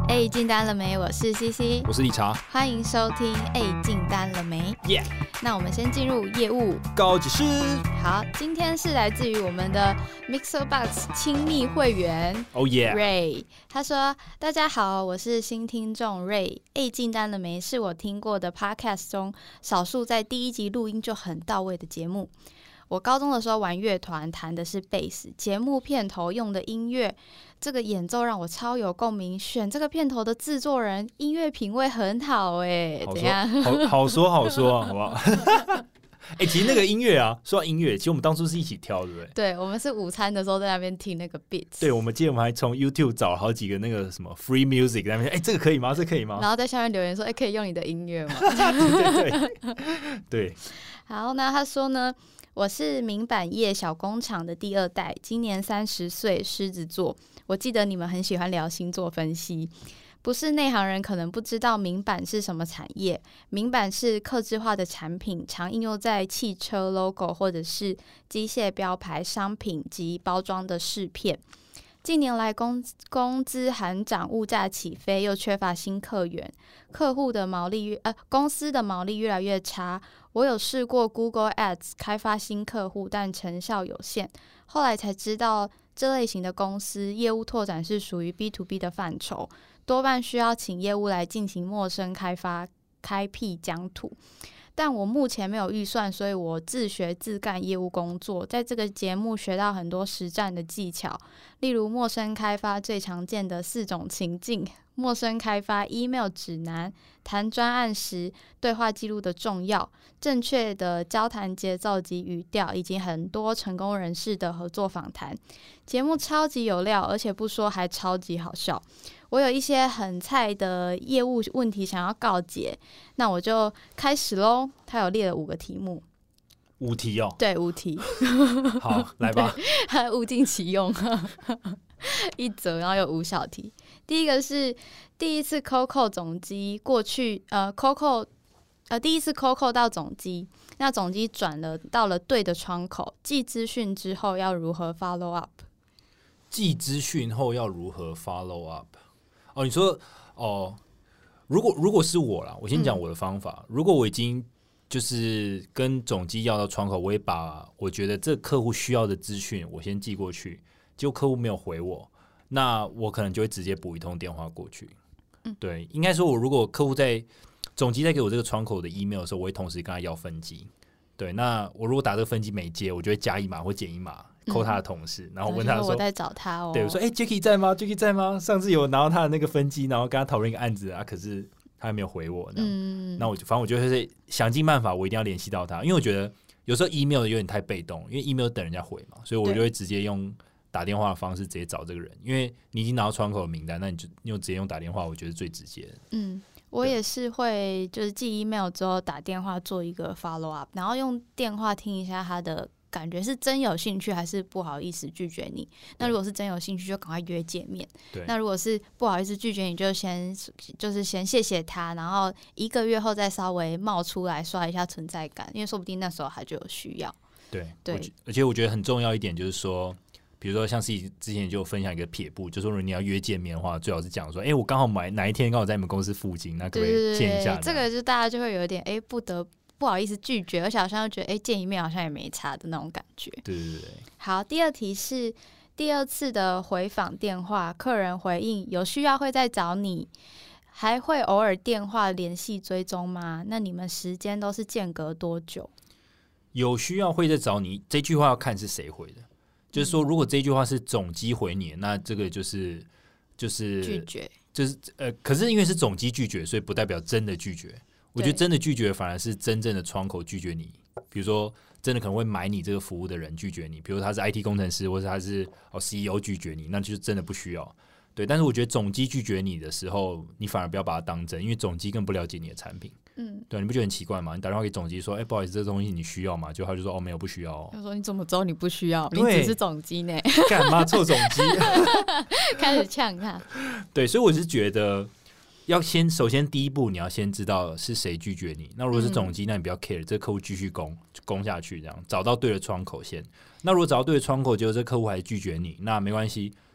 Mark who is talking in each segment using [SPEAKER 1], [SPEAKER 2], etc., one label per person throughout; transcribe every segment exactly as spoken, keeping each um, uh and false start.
[SPEAKER 1] 哎，进单了没？我是 C C，
[SPEAKER 2] 我是理查，
[SPEAKER 1] 欢迎收听。哎，进单了没？
[SPEAKER 2] 耶、
[SPEAKER 1] yeah ！那我们先进入业务
[SPEAKER 2] 高级师。
[SPEAKER 1] 好，今天是来自于我们的 MixerBox 亲密会员
[SPEAKER 2] ，Oh yeah，
[SPEAKER 1] Ray， 他说：“大家好，我是新听众 Ray。哎，进单了没？是我听过的 Podcast 中少数在第一集录音就很到位的节目。我高中的时候玩乐团，弹的是贝斯，节目片头用的音乐。”这个演奏让我超有共鸣，选这个片头的制作人音乐品味很好哎，怎样？
[SPEAKER 2] 好, 好说好说，好不好？哎、欸，其实那个音乐啊，说到音乐，其实我们当初是一起挑，对不对？
[SPEAKER 1] 对，我们是午餐的时候在那边听那个 beats。
[SPEAKER 2] 对，我们记得我们还从 YouTube 找了好几个那个什么 free music 在那边，哎、欸，这个可以吗？这个可以吗？
[SPEAKER 1] 然后在下面留言说，哎、欸，可以用你的音乐吗？
[SPEAKER 2] 对对对对。
[SPEAKER 1] 好，那他说呢，我是名版业小工厂的第二代，今年三十岁，狮子座。我记得你们很喜欢聊星座分析，不是内行人可能不知道明版是什么产业。明版是客制化的产品，常应用在汽车 logo 或者是机械标牌、商品及包装的饰片。近年来工工资喊涨，物价起飞，又缺乏新客源，客户的毛利呃公司的毛利越来越差。我有试过 Google Ads 开发新客户，但成效有限。后来才知道，这类型的公司业务拓展是属于 B to B 的范畴，多半需要请业务来进行陌生开发、开辟疆土。但我目前没有预算，所以我自学自干业务工作。在这个节目学到很多实战的技巧，例如陌生开发最常见的四种情境。陌生开发 email 指南，谈专案时对话记录的重要，正确的交谈节奏及语调，以及很多成功人士的合作访谈。节目超级有料，而且不说还超级好笑。我有一些很菜的业务问题想要告解，那我就开始咯。他有列了五个题目，
[SPEAKER 2] 五题哦，
[SPEAKER 1] 对，五题。
[SPEAKER 2] 好，来吧，
[SPEAKER 1] 还物尽其用。一则，然后有五小题。第一个是第一次 Coco 总机过去，呃 Coco 呃第一次 Coco 到总机，那总机转了到了对的窗口，寄资讯之后要如何 follow up？
[SPEAKER 2] 寄资讯后要如何 follow up？ 哦，你说哦，如果如果是我啦，我先讲我的方法。嗯、如果我已经就是跟总机要到窗口，我也把我觉得这客户需要的资讯我先寄过去。结果客户没有回我，那我可能就会直接补一通电话过去。嗯、对，应该说我如果客户在总机在给我这个窗口的 email 的时候，我会同时跟他要分机。对，那我如果打这个分机没接，我就会加一码或减一码，扣他的同事，嗯、然后问他说：“
[SPEAKER 1] 我在找他哦。”
[SPEAKER 2] 对，我说：“哎、欸、，Jacky 在吗 ？Jacky 在吗？上次有拿到他的那个分机，然后跟他讨论一个案子啊，可是他还没有回我。嗯，那我就反正我就会想尽办法，我一定要联系到他，因为我觉得有时候 email 有点太被动，因为 email 等人家回嘛，所以我就会直接用。打电话的方式直接找这个人，因为你已经拿到窗口的名单，那你就用直接用打电话，我觉得最直接的。嗯，
[SPEAKER 1] 我也是会就是寄 email 之后打电话做一个 follow up， 然后用电话听一下他的感觉是真有兴趣还是不好意思拒绝你。那如果是真有兴趣，就赶快约见面。对，那如果是不好意思拒绝你，就先就是先谢谢他，然后一个月后再稍微冒出来刷一下存在感，因为说不定那时候他就有需要。
[SPEAKER 2] 对对，而且我觉得很重要一点就是说。比如说，像是之前就有分享一个撇步，就说如果你要约见面的话，最好是讲说，哎、欸，我刚好买哪一天刚好在你们公司附近，那可不可以见一下？
[SPEAKER 1] 这个就大家就会有点哎、欸，不得不好意思拒绝，而且好像又觉得哎、欸，见一面好像也没差的那种感觉。
[SPEAKER 2] 对对对。
[SPEAKER 1] 好，第二题是第二次的回访电话，客人回应有需要会再找你，还会偶尔电话联系追踪吗？那你们时间都是间隔多久？
[SPEAKER 2] 有需要会再找你，这句话要看是谁回的。就是说，如果这句话是总机回你，那这个就是就是
[SPEAKER 1] 拒绝，
[SPEAKER 2] 就是呃，可是因为是总机拒绝，所以不代表真的拒绝。我觉得真的拒绝反而是真正的窗口拒绝你。比如说，真的可能会买你这个服务的人拒绝你，比如他是 I T 工程师，或者他是哦 C E O 拒绝你，那就是真的不需要。对，但是我觉得总机拒绝你的时候，你反而不要把它当真，因为总机更不了解你的产品。嗯，对，你不觉得很奇怪吗？你打电话给总机说：“哎、欸，不好意思，这东西你需要吗？”就他就说：“哦，没有，不需要、哦。”
[SPEAKER 1] 他说：“你怎么知道你不需要？你只是总机呢？
[SPEAKER 2] 干嘛臭总机？”
[SPEAKER 1] 开始呛他。
[SPEAKER 2] 对，所以我是觉得要先，首先第一步你要先知道是谁拒绝你。那如果是总机，嗯、那你不要 care， 这个客户继续攻，攻下去，这样找到对的窗口先。那如果找到对的窗口，结果这客户还拒绝你，那没关系。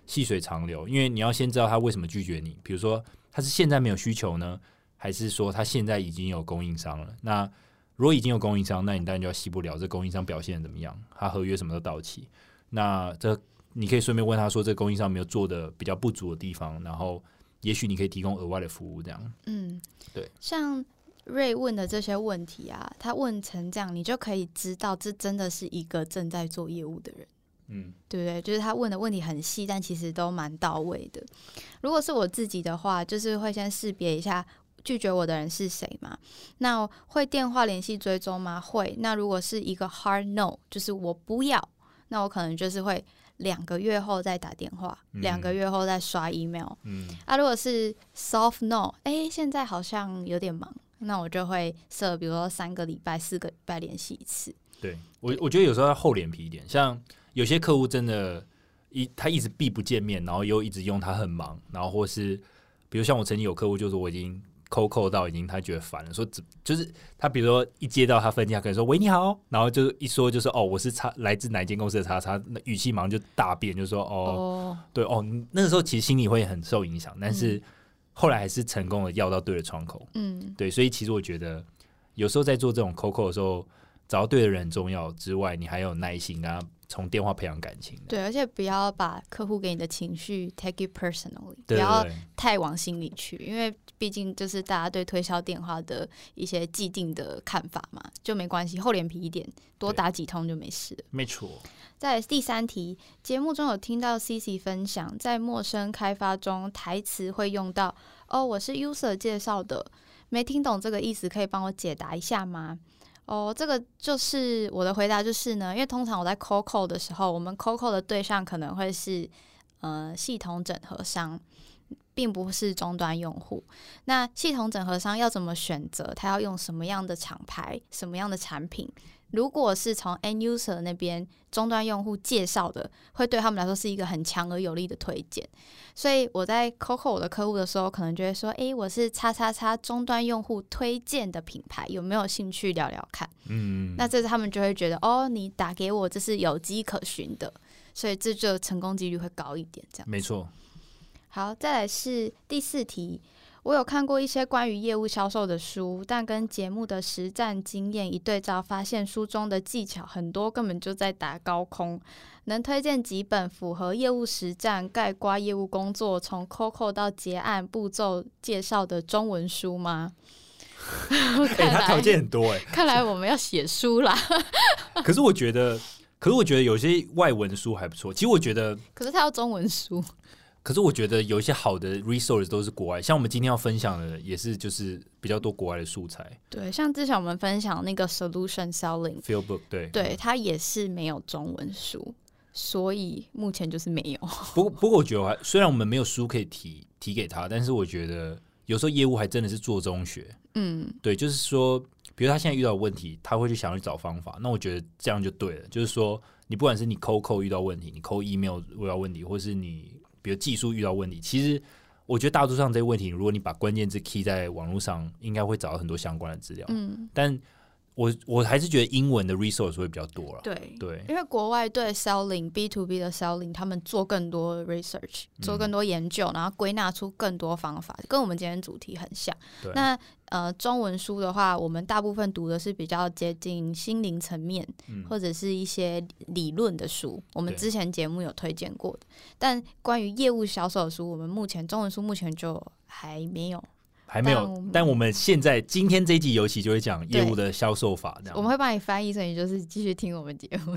[SPEAKER 2] 细水长流，因为你要先知道他为什么拒绝你，比如说他是现在没有需求呢，还是说他现在已经有供应商了？那如果已经有供应商，那你当然就要细不了这供应商表现得怎么样，他合约什么都到期，那这你可以顺便问他说，这个供应商没有做的比较不足的地方，然后也许你可以提供额外的服务，这样。嗯，对。
[SPEAKER 1] 像Ray 问的这些问题啊，他问成这样，你就可以知道这真的是一个正在做业务的人。嗯，对不对？就是他问的问题很细，但其实都蛮到位的。如果是我自己的话，就是会先识别一下拒绝我的人是谁嘛？那会电话联系追踪吗？会。那如果是一个 hard no， 就是我不要，那我可能就是会两个月后再打电话，两、嗯、个月后再刷 email。嗯，啊，如果是 soft no， 哎，现在好像有点忙，那我就会设，比如说三个礼拜、四个礼拜联系一次。
[SPEAKER 2] 对我，我觉得有时候要厚脸皮一点，像有些客户真的一他一直避不见面，然后又一直用他很忙，然后或是比如像我曾经有客户，就是我已经扣扣到已经他觉得烦了，说就是他比如说一接到他分机，他可能说喂你好，然后就一说就是哦我是叉来自哪一间公司的叉叉，语气马上就大变，就说哦、oh. 对哦，那个时候其实心里会很受影响，但是后来还是成功的要到对的窗口。嗯，对，所以其实我觉得有时候在做这种扣扣的时候，找到对的人很重要之外，你还有耐心跟他从电话培养感情。
[SPEAKER 1] 对，而且不要把客户给你的情绪 take it personally， 不要太往心里去，因为毕竟就是大家对推销电话的一些既定的看法嘛，就没关系，厚脸皮一点，多打几通就没事了。
[SPEAKER 2] 没错。
[SPEAKER 1] 再来第三题，节目中有听到 C C 分享，在陌生开发中台词会用到哦，我是 user 介绍的，没听懂这个意思，可以帮我解答一下吗？哦，这个就是我的回答就是呢，因为通常我在 call call 的时候，我们 call call 的对象可能会是呃系统整合商，并不是终端用户。那系统整合商要怎么选择？他要用什么样的厂牌、什么样的产品？如果是从 end user 那边终端用户介绍的，会对他们来说是一个很强而有力的推荐。所以我在 call call 我的客户的时候，可能就会说：“哎，我是叉叉叉终端用户推荐的品牌，有没有兴趣聊聊看？”嗯，那这他们就会觉得：“哦，你打给我，这是有迹可循的。”所以这就成功几率会高一点。这样
[SPEAKER 2] 没错。
[SPEAKER 1] 好，再来是第四题。我有看过一些关于业务销售的书，但跟节目的实战经验一对照，发现书中的技巧很多根本就在打高空。能推荐几本符合业务实战、概括业务工作从 call call 到结案步骤介绍的中文书吗？
[SPEAKER 2] 欸、他条件很多哎、欸，
[SPEAKER 1] 看来我们要写书啦。
[SPEAKER 2] 可是我觉得，可是我觉得有些外文书还不错。其实我觉得，
[SPEAKER 1] 可是他要中文书。
[SPEAKER 2] 可是我觉得有一些好的 resource 都是国外，像我们今天要分享的也是就是比较多国外的素材。
[SPEAKER 1] 对，像之前我们分享那个 solution selling
[SPEAKER 2] field book， 对
[SPEAKER 1] 对，它也是没有中文书，所以目前就是没有。
[SPEAKER 2] 不过不过我觉得虽然我们没有书可以提提给他，但是我觉得有时候业务还真的是做中学。嗯，对，就是说，比如他现在遇到的问题，他会去想去找方法，那我觉得这样就对了。就是说，你不管是你 call call 遇到问题，你 call email 遇到问题，或是你比如技术遇到问题，其实我觉得大多数上这些问题，如果你把关键字 key 在网络上，应该会找到很多相关的资料。嗯，但我我还是觉得英文的 resource 会比较多啦。
[SPEAKER 1] 对
[SPEAKER 2] 对，
[SPEAKER 1] 因为国外对 selling B to B 的 selling， 他们做更多 research， 做更多研究，嗯、然后归纳出更多方法，跟我们今天主题很像。那呃，中文书的话，我们大部分读的是比较接近心灵层面、嗯，或者是一些理论的书。我们之前节目有推荐过的，但关于业务销售的书，我们目前中文书目前就还没有。
[SPEAKER 2] 还没有，但 我, 但我们现在今天这一集尤其就会讲业务的销售法，这样
[SPEAKER 1] 我们会帮你翻译，所以你就是继续听我们节目。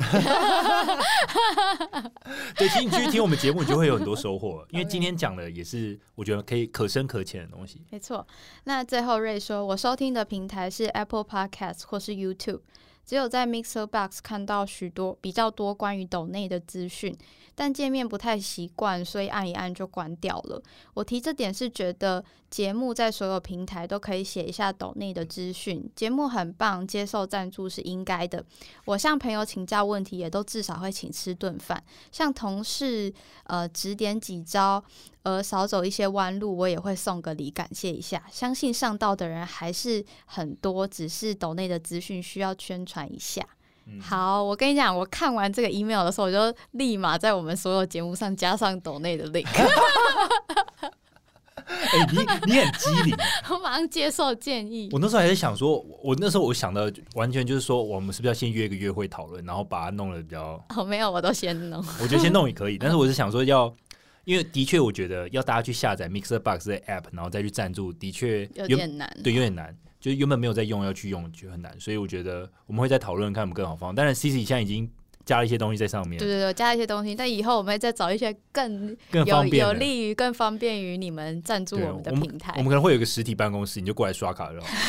[SPEAKER 2] 对，其实你继续听我们节目，你就会有很多收获，因为今天讲的也是我觉得可以可深可浅的东西。
[SPEAKER 1] 没错。那最后Ray说，我收听的平台是 Apple Podcast 或是 YouTube。只有在 Mixer Box 看到许多比较多关于抖内的资讯，但界面不太习惯，所以按一按就关掉了。我提这点是觉得节目在所有平台都可以写一下抖内的资讯，节目很棒，接受赞助是应该的。我向朋友请教问题，也都至少会请吃顿饭。向同事呃指点几招，而少走一些弯路，我也会送个礼感谢一下。相信上道的人还是很多，只是抖内的资讯需要宣传一下。
[SPEAKER 2] 嗯、
[SPEAKER 1] 好，我跟你讲，我看完这个 email 的时候，我就立马在我们所有节目上加上抖内的 link。
[SPEAKER 2] 哎、欸，你你很机灵，
[SPEAKER 1] 我马上接受建议。
[SPEAKER 2] 我那时候还在想说，我那时候我想的完全就是说，我们是不是要先约一个约会讨论，然后把它弄得比较……
[SPEAKER 1] 哦，没有，我都先弄。
[SPEAKER 2] 我觉得先弄也可以，但是我是想说要，因为的确我觉得要大家去下载 Mixer Box 的 app， 然后再去赞助，的确
[SPEAKER 1] 有点难。
[SPEAKER 2] 对，有点难，就是原本没有在用，要去用就很难，所以我觉得我们会再讨论看有没有更好方法。当然 ，Cici 现在已经加了一些东西在上面，
[SPEAKER 1] 对对对，加了一些东西，但以后我们会再找一些更
[SPEAKER 2] 更方便
[SPEAKER 1] 有有利于、更方便于你们赞助我们的平台。
[SPEAKER 2] 我们, 我们可能会有一个实体办公室，你就过来刷卡就好。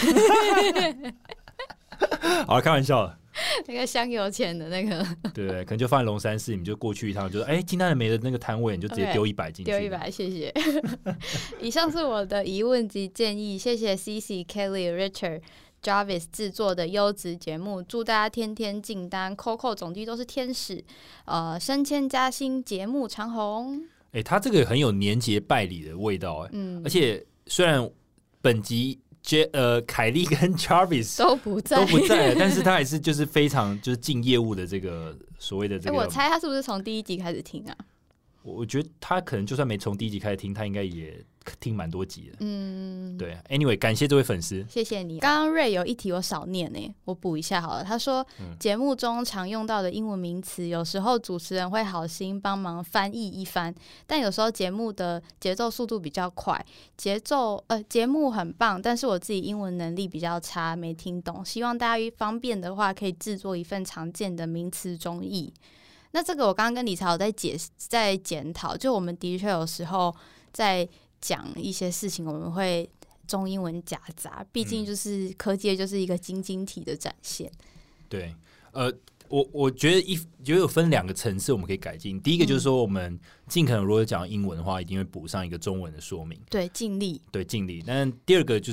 [SPEAKER 2] 好了，开玩笑了。
[SPEAKER 1] 那个香油钱的那个，
[SPEAKER 2] 对对，可能就放在龙山寺，你就过去一趟，就说哎，金丹没的那个摊位，你就直接丢一百进去，
[SPEAKER 1] 丢一百，谢谢。以上是我的疑问及建议，谢谢 Cici、Kelly、Richard。Jarvis 制作的优质节目，祝大家天天进单 ，Coco 总机都是天使，呃，升迁加薪，节目长红。
[SPEAKER 2] 哎、欸，他这个很有年节拜礼的味道、欸，嗯，而且虽然本集 J 呃凯莉跟 Jarvis
[SPEAKER 1] 都不在
[SPEAKER 2] 都不在，但是他还是就是非常就是进业务的这个所谓的这个、
[SPEAKER 1] 欸。我猜他是不是从第一集开始听啊？
[SPEAKER 2] 我觉得他可能就算没从第一集开始听，他应该也听蛮多集的。嗯，对。Anyway， 感谢这位粉丝，
[SPEAKER 1] 谢谢你。刚刚瑞有一题我少念呢、欸，我补一下好了。他说，节、嗯、目中常用到的英文名词，有时候主持人会好心帮忙翻译一番，但有时候节目的节奏速度比较快，节奏呃节目很棒，但是我自己英文能力比较差，没听懂。希望大家方便的话，可以制作一份常见的名词中译。那这个我刚刚跟理查有在解在检讨，就我们的确有时候在讲一些事情，我们会中英文夹杂，毕竟就是科技就是一个晶晶体的展现。
[SPEAKER 2] 对，呃，我我觉得一觉得有分两个层次，我们可以改进。第一个就是说，我们尽可能如果讲英文的话，一定会补上一个中文的说明，
[SPEAKER 1] 对，尽力，
[SPEAKER 2] 对，尽力。但第二个就是。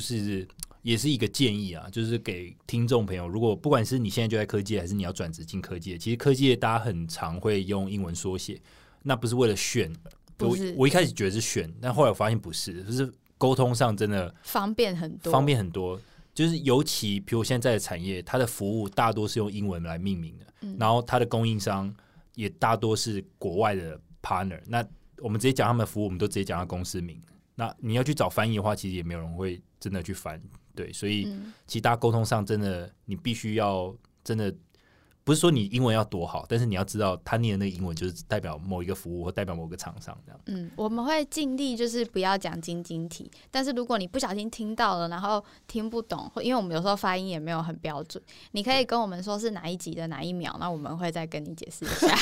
[SPEAKER 2] 也是一个建议啊，就是给听众朋友，如果不管是你现在就在科技，还是你要转职进科技，其实科技大家很常会用英文缩写，那不是为了炫，
[SPEAKER 1] 不是
[SPEAKER 2] 我, 我一开始觉得是炫，但后来我发现不是，就是沟通上真的
[SPEAKER 1] 方便很多，
[SPEAKER 2] 方便很多。就是尤其比如现在的产业，它的服务大多是用英文来命名的，嗯、然后它的供应商也大多是国外的 partner， 那我们直接讲他们的服务，我们都直接讲他公司名。那你要去找翻译的话，其实也没有人会真的去翻。对，所以其实大家沟通上真的，你必须要真的不是说你英文要多好，但是你要知道他念的那个英文就是代表某一个服务或代表某个厂商这样。
[SPEAKER 1] 嗯，我们会尽力就是不要讲晶晶体，但是如果你不小心听到了，然后听不懂，因为我们有时候发音也没有很标准，你可以跟我们说是哪一集的哪一秒，那我们会再跟你解释一下。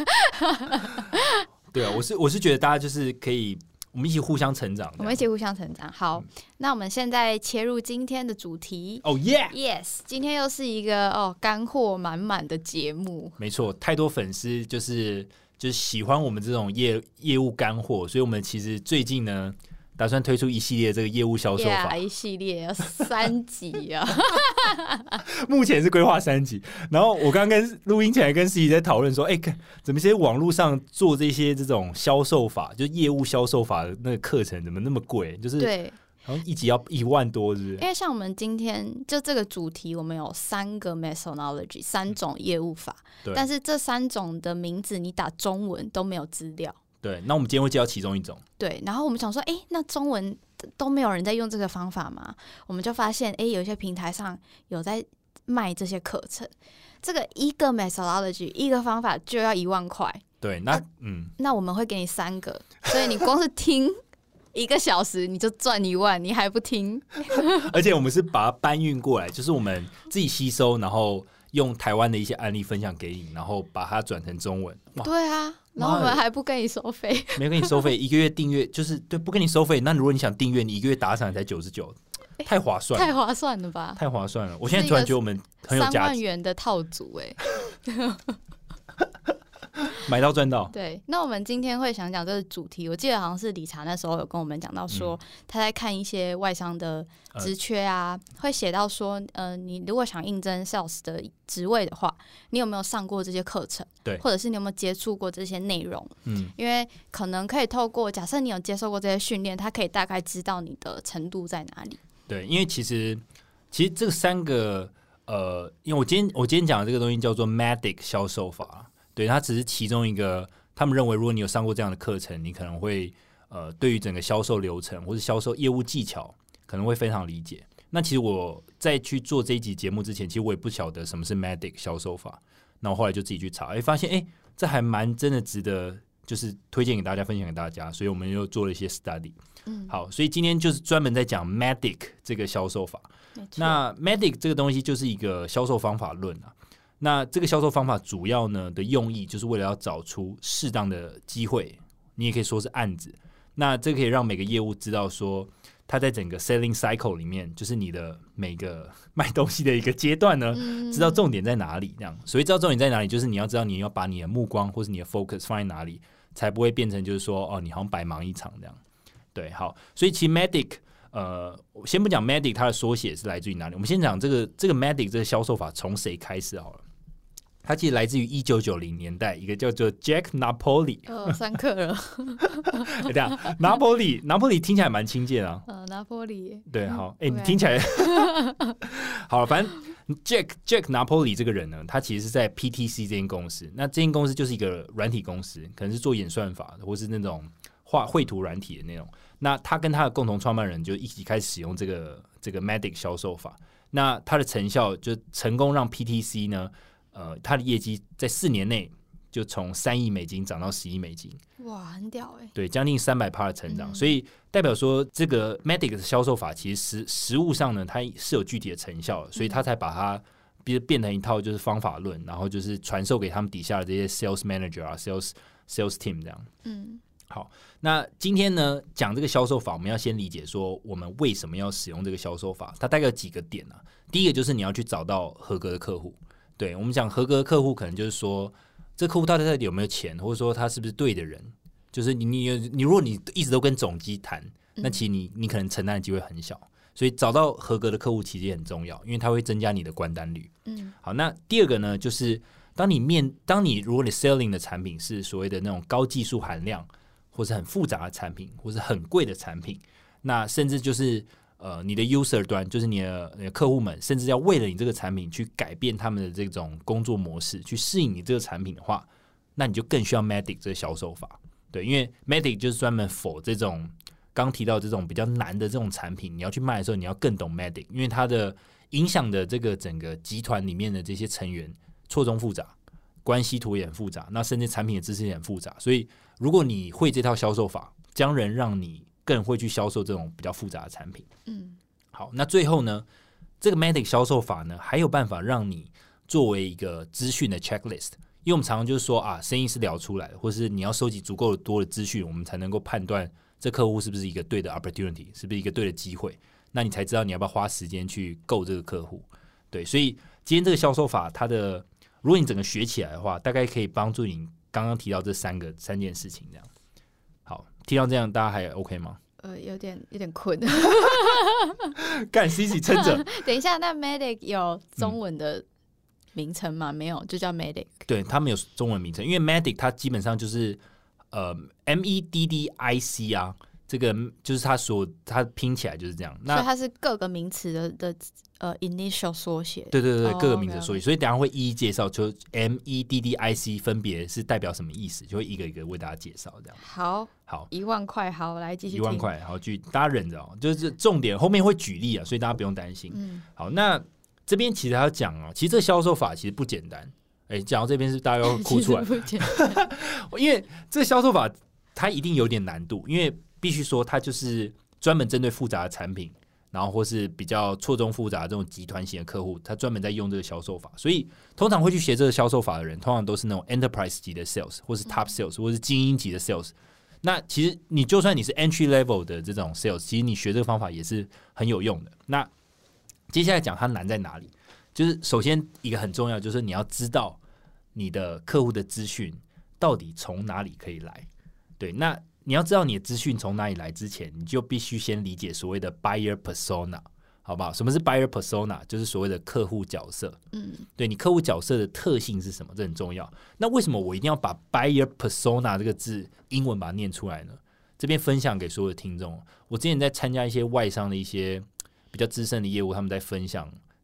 [SPEAKER 2] 对啊，我是我是觉得大家就是可以。我们一起互相成长，
[SPEAKER 1] 我们一起互相成长。好，嗯、那我们现在切入今天的主题。
[SPEAKER 2] 哦耶
[SPEAKER 1] ，yes， 今天又是一个哦干货满满的节目。
[SPEAKER 2] 没错，太多粉丝就是就是喜欢我们这种业业务干货，所以我们其实最近呢，打算推出一系列这个业务销售法，
[SPEAKER 1] yeah, 一系列有三集啊。
[SPEAKER 2] 目前是规划三集，然后我刚刚跟录音前来跟Cici在讨论说，哎、欸，怎么一些网络上做这些这种销售法，就业务销售法的那个课程，怎么那么贵？就是
[SPEAKER 1] 对，
[SPEAKER 2] 好像一集要一万多，是不是？
[SPEAKER 1] 因为像我们今天就这个主题，我们有三个 methodology， 三种业务法，
[SPEAKER 2] 嗯、
[SPEAKER 1] 但是这三种的名字你打中文都没有资料。
[SPEAKER 2] 对，那我们今天会介绍其中一种。
[SPEAKER 1] 对，然后我们想说，哎、欸，那中文都没有人在用这个方法吗？我们就发现，哎、欸，有一些平台上有在卖这些课程。这个一个 methodology 一个方法就要一万块。
[SPEAKER 2] 对，那、啊、嗯，
[SPEAKER 1] 那我们会给你三个，所以你光是听一个小时你就赚一万，你还不听？
[SPEAKER 2] 而且我们是把它搬运过来，就是我们自己吸收，然后用台湾的一些案例分享给你，然后把它转成中文。
[SPEAKER 1] 对啊。然后我们还不跟你收费，
[SPEAKER 2] 没跟你收费，一个月订阅就是对，不跟你收费。那如果你想订阅，你一个月打赏才九十九，太划算了，
[SPEAKER 1] 太划算了吧？
[SPEAKER 2] 太划算了！我现在突然觉得我们很有价值，
[SPEAKER 1] 三万元的套组哎、欸，
[SPEAKER 2] 买到赚到。
[SPEAKER 1] 对，那我们今天会想讲这个主题，我记得好像是理查那时候有跟我们讲到说，嗯、他在看一些外商的职缺啊，呃、会写到说，呃，你如果想应征 sales 的职位的话，你有没有上过这些课程？
[SPEAKER 2] 对，
[SPEAKER 1] 或者是你有没有接触过这些内容？
[SPEAKER 2] 嗯，
[SPEAKER 1] 因为可能可以透过假设你有接受过这些训练，他可以大概知道你的程度在哪里。
[SPEAKER 2] 对，因为其实其实这三个呃，因为我今天我今天讲的这个东西叫做 M A D I C 销售法，对，它只是其中一个。他们认为，如果你有上过这样的课程，你可能会呃，对于整个销售流程或是销售业务技巧，可能会非常理解。那其实我在去做这一集节目之前，其实我也不晓得什么是 M A D I C 销售法。那我后来就自己去查，哎，发现哎，这还蛮真的值得，就是推荐给大家，分享给大家。所以我们又做了一些 study。嗯，好，所以今天就是专门在讲 M A D I C 这个销售法。那 M A D I C 这个东西就是一个销售方法论啊。那这个销售方法主要呢的用意，就是为了要找出适当的机会，你也可以说是案子。那这可以让每个业务知道说，他在整个 selling cycle 里面，就是你的每个卖东西的一个阶段呢，知道重点在哪里。这样，所以知道重点在哪里，就是你要知道你要把你的目光或是你的 focus 放在哪里，才不会变成就是说哦，你好像白忙一场这样。对，好，所以其实 M A D I C。呃，先不讲 M A D I C 它的缩写是来自于哪里，我们先讲这个这个 M A D I C 这个销售法从谁开始好了。它其实来自于一九九零年代，一个叫做 Jack Napoli。
[SPEAKER 1] 哦，上课了。
[SPEAKER 2] 对啊 ，Napoli Napoli 听起来蛮亲切啊。
[SPEAKER 1] 呃，拿破里。
[SPEAKER 2] 对，好，哎、欸，你听起来好了，反正 Jack Jack Napoli 这个人呢，他其实是在 P T C 这间公司。那这间公司就是一个软体公司，可能是做演算法的，或是那种画绘图软体的那种。那他跟他的共同创办人就一起开始使用这个这个 M A D I C 销售法。那他的成效就成功让 P T C 呢。呃，它的业绩在四年内就从三亿美金涨到十亿美金，
[SPEAKER 1] 哇，很屌哎、欸！
[SPEAKER 2] 对，将近三百趴的成长、嗯，所以代表说这个 M A D I C 的销售法其实实务上呢，它是有具体的成效的，所以他才把它变变成一套就是方法论，然后就是传授给他们底下的这些 sales manager 啊 ，sales sales team 这样。嗯，好，那今天呢讲这个销售法，我们要先理解说我们为什么要使用这个销售法，它大概有几个点啊。第一个就是你要去找到合格的客户。对，我们讲合格的客户，可能就是说，这客户到底有没有钱，或者说他是不是对的人。就是你你你，如果你一直都跟总机谈，那其实你你可能承担的机会很小。所以找到合格的客户其实也很重要，因为它会增加你的关单率。嗯，好，那第二个呢，就是当你面当你如果你 selling 的产品是所谓的那种高技术含量，或是很复杂的产品，或是很贵的产品，那甚至就是。呃，你的 user 端就是你的, 你的客户们，甚至要为了你这个产品去改变他们的这种工作模式，去适应你这个产品的话，那你就更需要 M A D I C 这个销售法。对，因为 M A D I C 就是专门 for 这种刚提到这种比较难的这种产品，你要去卖的时候，你要更懂 M A D I C， 因为它的影响的这个整个集团里面的这些成员错综复杂，关系图也很复杂，那甚至产品的知识也很复杂，所以如果你会这套销售法，将能让你更会去销售这种比较复杂的产品。嗯，好，那最后呢，这个 M A D I C 销售法呢，还有办法让你作为一个资讯的 checklist。因为我们常常就是说啊，生意是聊出来的，或是你要收集足够多的资讯，我们才能够判断这客户是不是一个对的 opportunity， 是不是一个对的机会。那你才知道你要不要花时间去购这个客户。对，所以今天这个销售法，它的如果你整个学起来的话，大概可以帮助你刚刚提到这三个三件事情这样。好，听到这样大家还 OK 吗？
[SPEAKER 1] 呃，有点有点困。
[SPEAKER 2] 干 C C 撑着。
[SPEAKER 1] 等一下，那 M A D I C 有中文的名称吗？嗯、没有，就叫 M A D I C。
[SPEAKER 2] 对，它没有中文名称，因为 M A D I C 它基本上就是呃 M E D D I C 啊，这个就是它所它拼起来就是这样。那
[SPEAKER 1] 所以它是各个名词的的呃 initial 缩写。
[SPEAKER 2] 对对对，哦、各个名词缩写。所以等一下会一一介绍，就 M E D D I C 分别是代表什么意思，就会一个一个为大家介绍这样。
[SPEAKER 1] 好，好，一万块，好，来继续听。
[SPEAKER 2] 一万块，好，继续，大家忍着哦，就是重点后面会举例啊，所以大家不用担心。嗯，好，那这边其实还要讲哦，其实这个销售法其实不简单。哎，讲到这边是大家要哭出来，
[SPEAKER 1] 不简单
[SPEAKER 2] 因为这个销售法它一定有点难度，因为必须说它就是专门针对复杂的产品，然后或是比较错综复杂的这种集团型的客户，他专门在用这个销售法，所以通常会去学这个销售法的人，通常都是那种 enterprise 级的 sales， 或是 top sales， 或是精英级的 sales。那其实你就算你是 entry level 的这种 sales， 其实你学这个方法也是很有用的。那接下来讲它难在哪里，就是首先一个很重要，就是你要知道你的客户的资讯到底从哪里可以来。对，那你要知道你的资讯从哪里来之前，你就必须先理解所谓的 buyer persona， 好不好？什么是 buyer persona？ 就是所谓的客户角色。嗯，对，你客户角色的特性是什么？这很重要。那为什么我一定要把 buyer persona 这个字英文把它念出来呢？这边分享给所有的听众。我之前在参加一些外商的一些比较资深的业务，他们在分享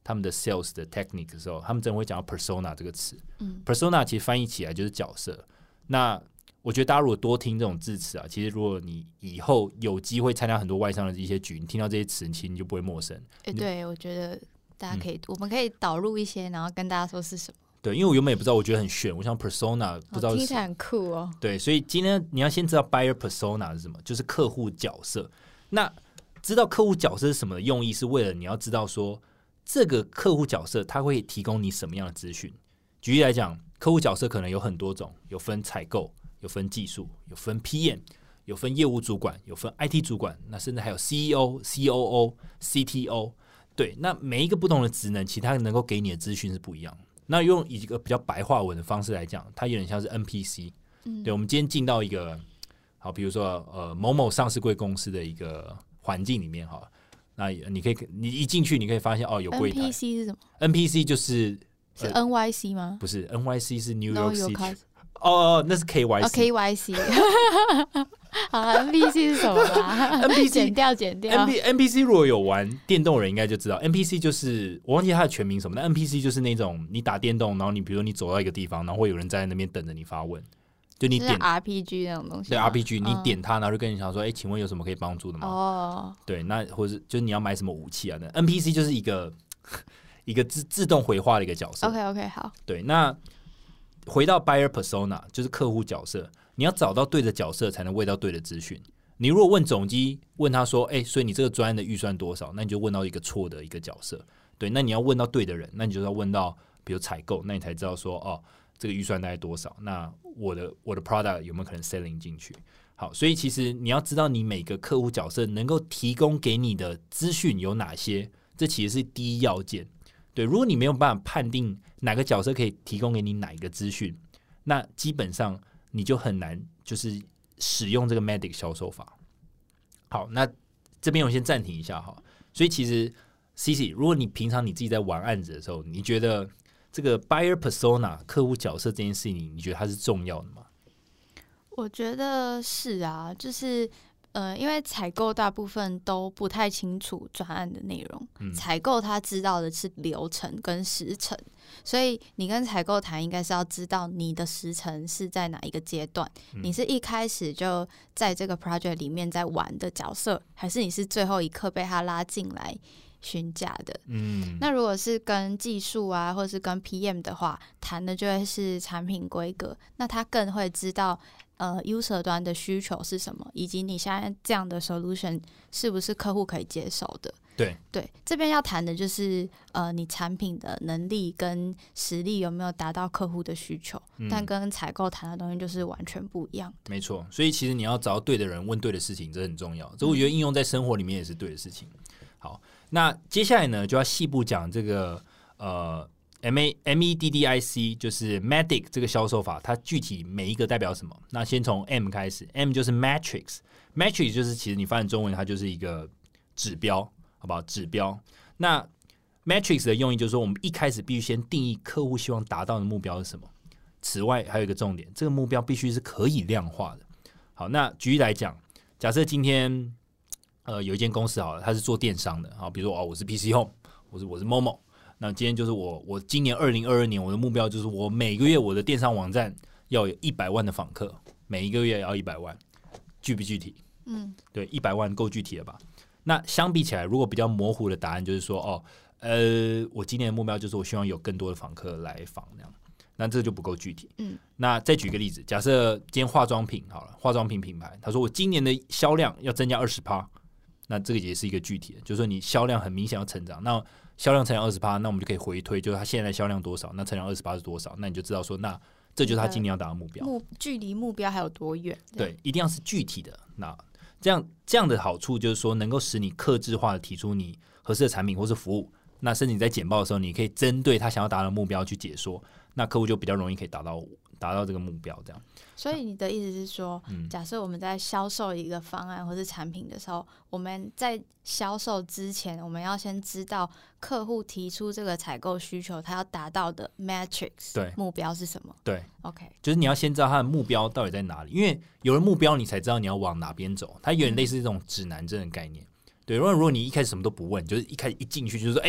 [SPEAKER 2] 他们的 sales 的 technique 的时候，他们真的会讲到 persona 这个词。
[SPEAKER 1] 嗯
[SPEAKER 2] persona 其实翻译起来就是角色。那我觉得大家如果多听这种字词啊，其实如果你以后有机会参加很多外商的一些局，你听到这些词，其实你就不会陌生。
[SPEAKER 1] 哎、欸，对，我觉得大家可以、嗯，我们可以导入一些，然后跟大家说是什么。
[SPEAKER 2] 对，因为我原本也不知道，我觉得很炫。我想 persona 不知道是、哦、
[SPEAKER 1] 听起来很酷哦。
[SPEAKER 2] 对，所以今天你要先知道 buyer persona 是什么，就是客户角色。那知道客户角色是什么的用意，是为了你要知道说这个客户角色他会提供你什么样的资讯。举例来讲，客户角色可能有很多种，有分采购，有分技术，有分 P M， 有分业务主管，有分 I T 主管，那甚至还有 C E O、C O O、C T O。对，那每一个不同的职能，其他能够给你的资讯是不一样的。那用一个比较白话文的方式来讲，它有点像是 N P C。嗯、对，我们今天进到一个好，比如说呃某某上市贵公司的一个环境里面哈，那你可以你一进去，你可以发现哦有柜台。
[SPEAKER 1] N P C 是什么
[SPEAKER 2] ？N P C 就是
[SPEAKER 1] 是 N Y C 吗？
[SPEAKER 2] 不是 ，N Y C 是 New York City。
[SPEAKER 1] 哦，
[SPEAKER 2] 那是 K Y C。
[SPEAKER 1] 哦 K Y C。好了 ，N P C 是什么啦
[SPEAKER 2] ？N P C
[SPEAKER 1] 剪掉剪掉。
[SPEAKER 2] N P N P C 如果有玩电动人应该就知道 ，N P C 就是我忘记它的全名什么，但 N P C 就是那种你打电动，然后你比如说你走到一个地方，然后会有人站在那边等着你发问，就你点
[SPEAKER 1] R P G 那种东西。
[SPEAKER 2] 对 R P G， 你点它，然后就跟你讲说，哎、欸，请问有什么可以帮助的吗？
[SPEAKER 1] 哦，
[SPEAKER 2] 对，那或者就是你要买什么武器啊？那 N P C 就是一个一个自自动回话的一个角色。
[SPEAKER 1] OK OK， 好。
[SPEAKER 2] 对，那回到 buyer persona 就是客户角色，你要找到对的角色才能喂到对的资讯。你如果问总机，问他说，哎、欸，所以你这个专案的预算多少？那你就问到一个错的一个角色。对，那你要问到对的人，那你就要问到比如采购，那你才知道说，哦，这个预算大概多少？那我的我的 product 有没有可能 selling 进去？好，所以其实你要知道你每个客户角色能够提供给你的资讯有哪些，这其实是第一要件。对，如果你没有办法判定哪个角色可以提供给你哪一个资讯，那基本上你就很难就是使用这个 Medic 销售法。好，那这边我先暂停一下哈。所以其实 Cici， 如果你平常你自己在玩案子的时候，你觉得这个 buyer persona 客户角色这件事情，你觉得它是重要的吗？
[SPEAKER 1] 我觉得是啊，就是呃，因为采购大部分都不太清楚专案的内容，嗯、采购他知道的是流程跟时程，所以你跟采购谈，应该是要知道你的时程是在哪一个阶段、嗯，你是一开始就在这个 project 里面在玩的角色，还是你是最后一刻被他拉进来询价的？嗯，那如果是跟技术啊，或者是跟 P M 的话，谈的就会是产品规格，那他更会知道。呃 user 端的需求是什么，以及你现在这样的 solution 是不是客户可以接受的？
[SPEAKER 2] 对
[SPEAKER 1] 对，这边要谈的就是呃，你产品的能力跟实力有没有达到客户的需求、嗯、但跟采购谈的东西就是完全不一样的。
[SPEAKER 2] 没错，所以其实你要找到对的人，问对的事情，这很重要。这我觉得应用在生活里面也是对的事情。好，那接下来呢，就要细部讲这个呃。M A M E D D I C 就是 Medic 这个销售法，它具体每一个代表什么？那先从 M 开始 ，M 就是 Matrix，Matrix 就是其实你翻译中文，它就是一个指标，好不好？指标。那 Matrix 的用意就是说，我们一开始必须先定义客户希望达到的目标是什么。此外，还有一个重点，这个目标必须是可以量化的。好，那举例来讲，假设今天呃有一间公司好了，它是做电商的，好，比如说哦，我是 P C Home， 我是我是 Momo。那今天就是我，我今年二零二二年我的目标就是我每个月我的电商网站要有一百万的访客，每一个月要一百万，具不具体？嗯，对，一百万够具体了吧？那相比起来，如果比较模糊的答案就是说，哦，呃，我今年的目标就是我希望有更多的访客来访那样，那这就不够具体。嗯，那再举个例子，假设今天化妆品好了，化妆品品牌，他说我今年的销量要增加二十趴，那这个也是一个具体的，就是说你销量很明显要成长，那销量成长二十趴，那我们就可以回推，就是它现在的销量多少，那成长二十趴是多少，那你就知道说，那这就是他今年要达到的目标。
[SPEAKER 1] 目距离目标还有多远？
[SPEAKER 2] 对，一定要是具体的。那这样这样的好处就是说，能够使你客制化的提出你合适的产品或是服务，那甚至你在简报的时候，你可以针对他想要达到的目标去解说，那客户就比较容易可以达到达到这个目标。这样。
[SPEAKER 1] 所以你的意思是说，假设我们在销售一个方案或是产品的时候，我们在销售之前，我们要先知道客户提出这个采购需求，他要达到的 matrix 目标是什么？
[SPEAKER 2] 对
[SPEAKER 1] ，OK，
[SPEAKER 2] 就是你要先知道他的目标到底在哪里，因为有了目标，你才知道你要往哪边走。它有点类似这种指南针的概念。对，如果如果你一开始什么都不问，就是一开始一进去就是说，哎、欸，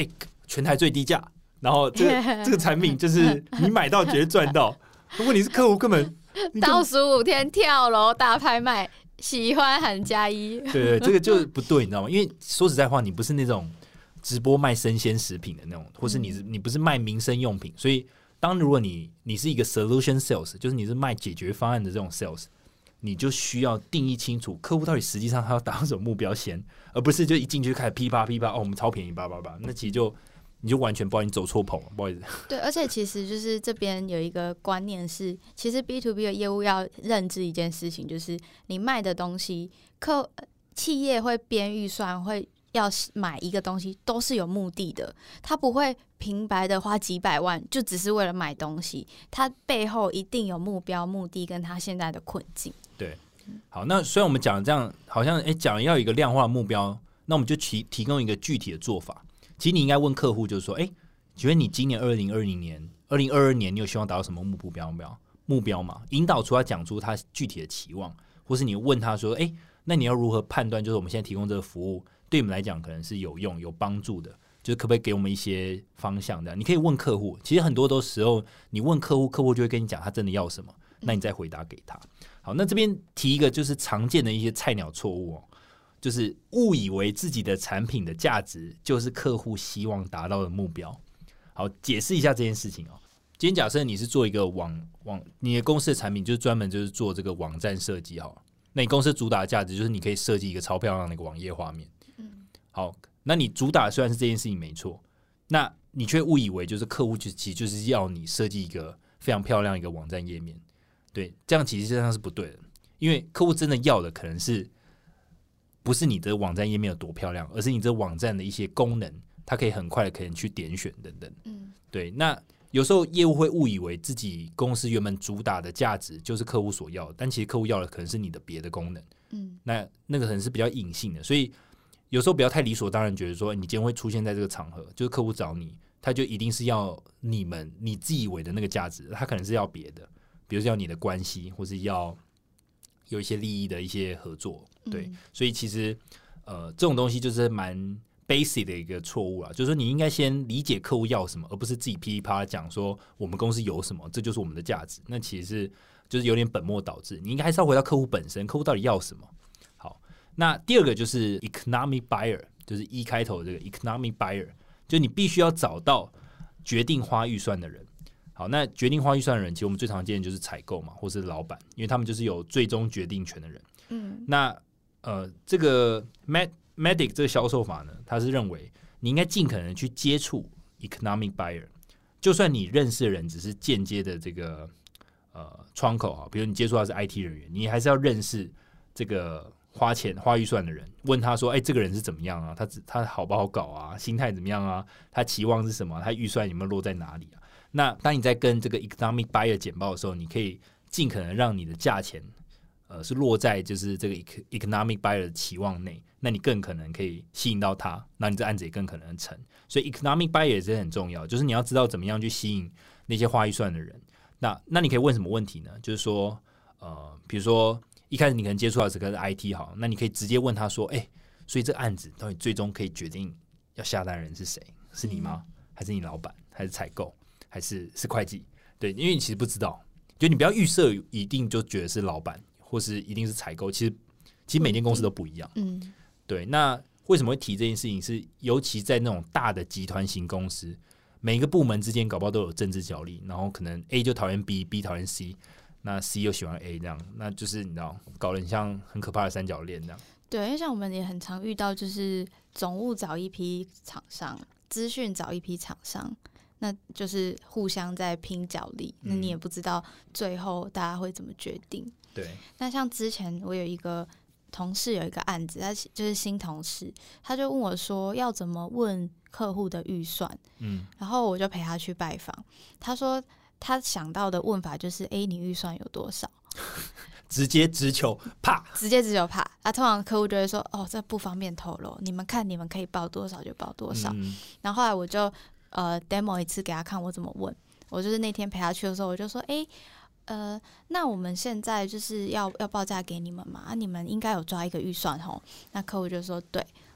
[SPEAKER 2] 全台最低价，然后这个这个产品就是你买到绝对赚到。如果你是客户，根本
[SPEAKER 1] 倒数五天跳楼大拍卖，喜欢喊加一。
[SPEAKER 2] 对对，这个就不对，你知道吗？因为说实在话，你不是那种直播卖生鲜食品的那种，或是你是你不是卖民生用品，所以当如果你你是一个 solution sales， 就是你是卖解决方案的这种 sales， 你就需要定义清楚客户到底实际上他要达到什么目标先，而不是就一进去开始噼啪噼啪哦，我们超便宜叭叭叭，那其实就你就完全不好意思走错棚了，不好意思。
[SPEAKER 1] 对，而且其实就是这边有一个观念是，其实 B to B 的业务要认知一件事情，就是你卖的东西，客企业会编预算会。要买一个东西都是有目的的，他不会平白的花几百万就只是为了买东西，他背后一定有目标、目的跟他现在的困境。
[SPEAKER 2] 对，好，那虽然我们讲这样，好像哎讲要有一个量化的目标，那我们就提提供一个具体的做法。其实你应该问客户，就是说，哎，觉得你今年二零二零年、二零二二年，你有希望达到什么目标？目标目标嘛，引导出他讲出他具体的期望，或是你问他说，哎，那你要如何判断？就是我们现在提供这个服务。对你们来讲可能是有用有帮助的，就是可不可以给我们一些方向的？你可以问客户，其实很多的时候你问客户，客户就会跟你讲他真的要什么，那你再回答给他。好，那这边提一个就是常见的一些菜鸟错误哦，就是误以为自己的产品的价值就是客户希望达到的目标。好，解释一下这件事情哦。今天假设你是做一个网网，你的公司的产品就是专门就是做这个网站设计好了，那你公司主打的价值就是你可以设计一个超漂亮的一个网页画面。好，那你主打虽然是这件事情没错，那你却误以为就是客户就其实就是要你设计一个非常漂亮一个网站页面，对，这样其实上是不对的，因为客户真的要的可能是不是你的网站页面有多漂亮，而是你这网站的一些功能，它可以很快的可以去点选等等。嗯，对，那有时候业务会误以为自己公司原本主打的价值就是客户所要的，但其实客户要的可能是你的别的功能。嗯，那那个可能是比较隐性的，所以。有时候不要太理所当然，觉得说你今天会出现在这个场合，就是客户找你，他就一定是要你们你自以为的那个价值，他可能是要别的，比如说要你的关系，或是要有一些利益的一些合作，对，嗯、所以其实呃这种东西就是蛮 basic 的一个错误啦，就是说你应该先理解客户要什么，而不是自己噼里啪啦讲说我们公司有什么，这就是我们的价值，那其实是就是有点本末倒置，你应该还是要回到客户本身，客户到底要什么。那第二个就是 economic buyer， 就是 E 开头的这个 economic buyer， 就你必须要找到决定花预算的人。好，那决定花预算的人，其实我们最常见的就是采购嘛，或是老板，因为他们就是有最终决定权的人。嗯，那呃，这个 Medic 这个销售法呢，他是认为你应该尽可能去接触 economic buyer， 就算你认识的人只是间接的这个呃窗口啊，比如你接触到是 I T 人员，你还是要认识这个。花钱花预算的人，问他说：“哎、欸，这个人是怎么样啊？他他好不好搞啊？心态怎么样啊？他期望是什么？他预算有没有落在哪里啊？”那当你在跟这个 economic buyer 简报的时候，你可以尽可能让你的价钱，呃，是落在就是这个 economic buyer 的期望内，那你更可能可以吸引到他，那你这案子也更可能成。所以 economic buyer 也是很重要，就是你要知道怎么样去吸引那些花预算的人。那那你可以问什么问题呢？就是说，呃，比如说。一开始你可能接触到这个 I T 好，那你可以直接问他说：“哎、欸，所以这个案子到底最终可以决定要下单的人是谁？是你吗？还是你老板？还是采购？还是是会计？对，因为你其实不知道，就你不要预设一定就觉得是老板或是一定是采购，其实其实每间公司都不一样。嗯，对。那为什么会提这件事情是？尤其在那种大的集团型公司，每一个部门之间搞不好都有政治角力，然后可能 A 就讨厌 B，B 讨厌 C。那 C 又喜欢 A 这样，那就是你知道，搞得很像很可怕的三角恋这样。
[SPEAKER 1] 对，因为像我们也很常遇到，就是总务找一批厂商，资讯找一批厂商，那就是互相在拼角力，那你也不知道最后大家会怎么决定。
[SPEAKER 2] 对。
[SPEAKER 1] 那像之前我有一个同事有一个案子，他就是新同事，他就问我说要怎么问客户的预算，嗯，然后我就陪他去拜访，他说。他想到的问法就是：哎，你预算有多少？
[SPEAKER 2] 直接直球，啪！
[SPEAKER 1] 直接直球，啪！啊，通常客户就会说：哦，这不方便透露，你们看你们可以报多少就报多少。嗯、然后后来我就呃 demo 一次给他看我怎么问。我就是那天陪他去的时候，我就说：哎，呃，那我们现在就是要要报价给你们嘛？啊，你们应该有抓一个预算吼。那客户就说：对。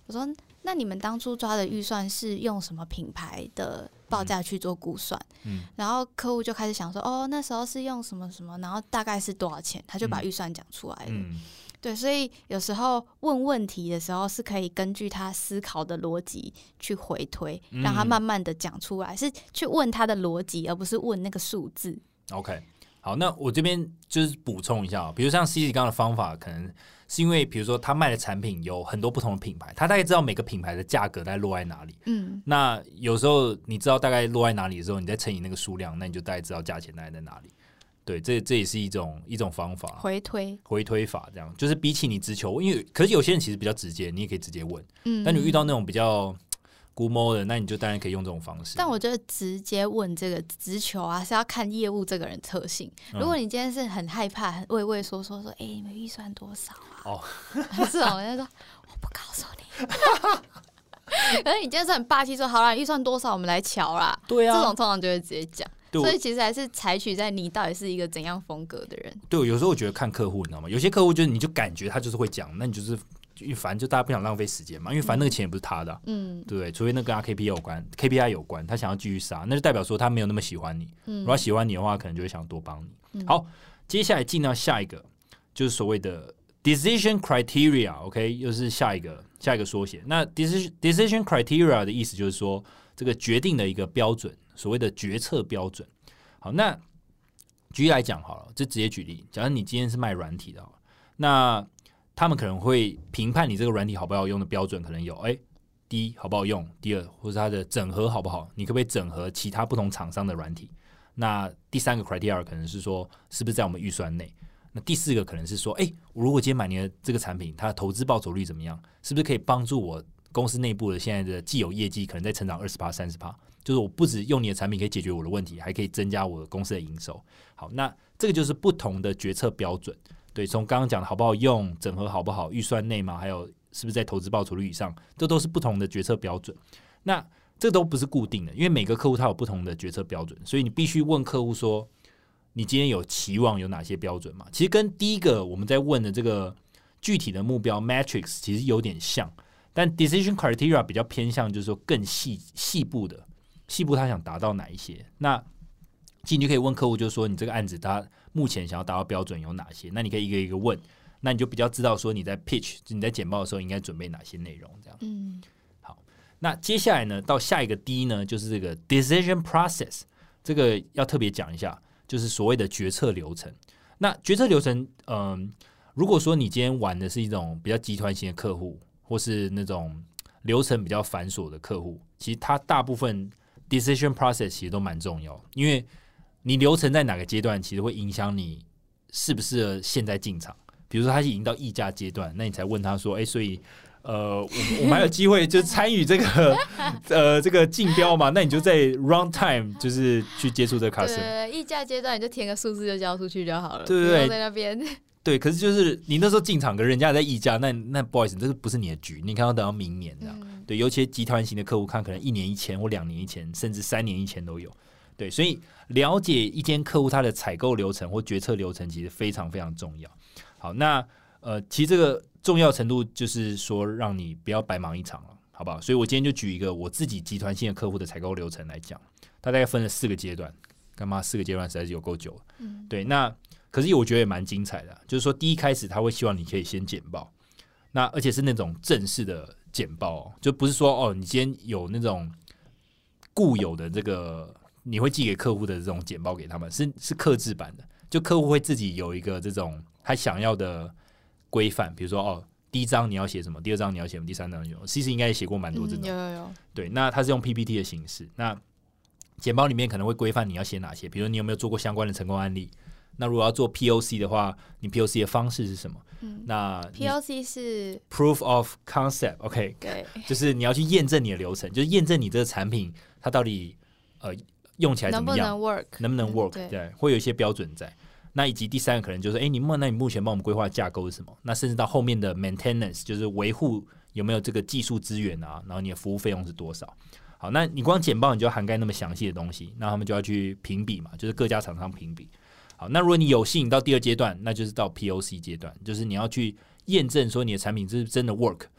[SPEAKER 1] 我说那你们当初抓的预算是用什么品牌的报价去做估算？嗯，然后客户就开始想说，哦，那时候是用什么什么，然后大概是多少钱，他就把预算讲出来了。嗯，对，所以有时候问问题的时候是可以根据他思考的逻辑去回推，让他慢慢的讲出来，是去问他的逻辑，而不是问那个数字。
[SPEAKER 2] OK， 好，那我这边就是补充一下，比如像 Cici 刚刚的方法，可能是因为比如说他卖的产品有很多不同的品牌，他大概知道每个品牌的价格大概落在哪里。嗯，那有时候你知道大概落在哪里的时候，你再乘以那个数量，那你就大概知道价钱大概在哪里。对，这这也是一种一种方法，
[SPEAKER 1] 回推
[SPEAKER 2] 回推法，这样就是比起你直球，因为可是有些人其实比较直接，你也可以直接问。嗯，但你遇到那种比较估摸的，那你就当然可以用这种方式。
[SPEAKER 1] 但我觉得直接问这个直球啊，是要看业务这个人特性。嗯、如果你今天是很害怕、很畏畏缩缩，说“哎、欸，你们预算多少啊？”哦，这种人就说“我不告诉你”。可是你今天是很霸气说“好啦，预算多少，我们来瞧啦”。
[SPEAKER 2] 对啊，
[SPEAKER 1] 这种通常就会直接讲。所以其实还是采取在你到底是一个怎样风格的人。
[SPEAKER 2] 对，有时候我觉得看客户，你知道吗？有些客户就是你就感觉他就是会讲，那你就是反正就大家不想浪费时间嘛，因为反正那个钱也不是他的、啊，嗯，对不对？除非那跟他 K P I 有关 ，K P I 有关，他想要继续杀，那就代表说他没有那么喜欢你。嗯，如果他喜欢你的话，可能就会想多帮你。嗯、好，接下来进到下一个，就是所谓的 decision criteria，OK，、okay? 又是下一个下一个缩写。那 decision decision criteria 的意思就是说，这个决定的一个标准，所谓的决策标准。好，那举例来讲好了，就直接举例。假如你今天是卖软体的，那他们可能会评判你这个软体好不好用的标准，可能有：哎，第一好不好用，第二或是它的整合好不好，你可不可以整合其他不同厂商的软体？那第三个 criteria 可能是说，是不是在我们预算内？那第四个可能是说，哎，如果今天买你的这个产品，它的投资报酬率怎么样？是不是可以帮助我公司内部的现在的既有业绩可能在成长 百分之二十、百分之三十？就是我不只用你的产品可以解决我的问题，还可以增加我的公司的营收。好，那这个就是不同的决策标准。对，从刚刚讲的好不好用、整合好不好、预算内吗？还有是不是在投资报酬率以上，这都是不同的决策标准。那这都不是固定的，因为每个客户他有不同的决策标准，所以你必须问客户说，你今天有期望有哪些标准嘛？其实跟第一个我们在问的这个具体的目标 matrix 其实有点像，但 decision criteria 比较偏向就是说更细细部的。细部他想达到哪一些？那其实你就可以问客户，就是说你这个案子他目前想要达到标准有哪些？那你可以一个一个问，那你就比较知道说你在 pitch 你在简报的时候应该准备哪些内容。这样，嗯，好。那接下来呢，到下一个 D 呢，就是这个 decision process， 这个要特别讲一下，就是所谓的决策流程。那决策流程，嗯、呃，如果说你今天玩的是一种比较集团型的客户，或是那种流程比较繁琐的客户，其实他大部分decision process 其实都蛮重要，因为你流程在哪个阶段，其实会影响你适不适合现在进场。比如说，他已经到议价阶段，那你才问他说：“哎、欸，所以呃，我我们还有机会就参与这个呃这个竞标嘛？”那你就在 run time 就是去接触这个 customer。
[SPEAKER 1] 对，议价阶段你就填个数字就交出去就好了，
[SPEAKER 2] 对不对？
[SPEAKER 1] 在那边。
[SPEAKER 2] 对，可是就是你那时候进场，跟人家在议价，那那不好意思，这个不是你的局，你看要等到明年这样。嗯、对，尤其集团型的客户，看可能一年一签或两年一签，甚至三年一签都有。对，所以了解一间客户他的采购流程或决策流程，其实非常非常重要。好，那呃，其实这个重要程度就是说，让你不要白忙一场了，好不好？所以我今天就举一个我自己集团性的客户的采购流程来讲，它大概分了四个阶段，干嘛四个阶段实在是有够久了。嗯，对，那。可是我觉得也蛮精彩的、啊，就是说第一开始他会希望你可以先简报，那而且是那种正式的简报、哦，就不是说哦，你今天有那种固有的这个你会寄给客户的这种简报给他们，是是客制版的，就客户会自己有一个这种他想要的规范，比如说哦，第一章你要写什么，第二章你要写什么，第三章有，其实应该也写过蛮多这种，
[SPEAKER 1] 嗯、有有有，
[SPEAKER 2] 对，那他是用 P P T 的形式，那简报里面可能会规范你要写哪些，比如你有没有做过相关的成功案例。那如果要做 P O C 的话，你 P O C 的方式是什么？嗯、那
[SPEAKER 1] P O C 是
[SPEAKER 2] Proof of Concept，OK，、okay?
[SPEAKER 1] 对，
[SPEAKER 2] 就是你要去验证你的流程，就是验证你这个产品它到底呃用起来怎么样，
[SPEAKER 1] 能不能 work，
[SPEAKER 2] 能不能 work，、嗯、对, 对，会有一些标准在。那以及第三个可能就是，哎，你那你目前帮我们规划的架构是什么？那甚至到后面的 maintenance， 就是维护有没有这个技术资源啊，然后你的服务费用是多少？好，那你光简报你就要涵盖那么详细的东西，那他们就要去评比嘛，就是各家厂商评比。好，那如果你有幸到第二阶段，那就是到 P O C 阶段，就是你要去验证说你的产品是真的 work，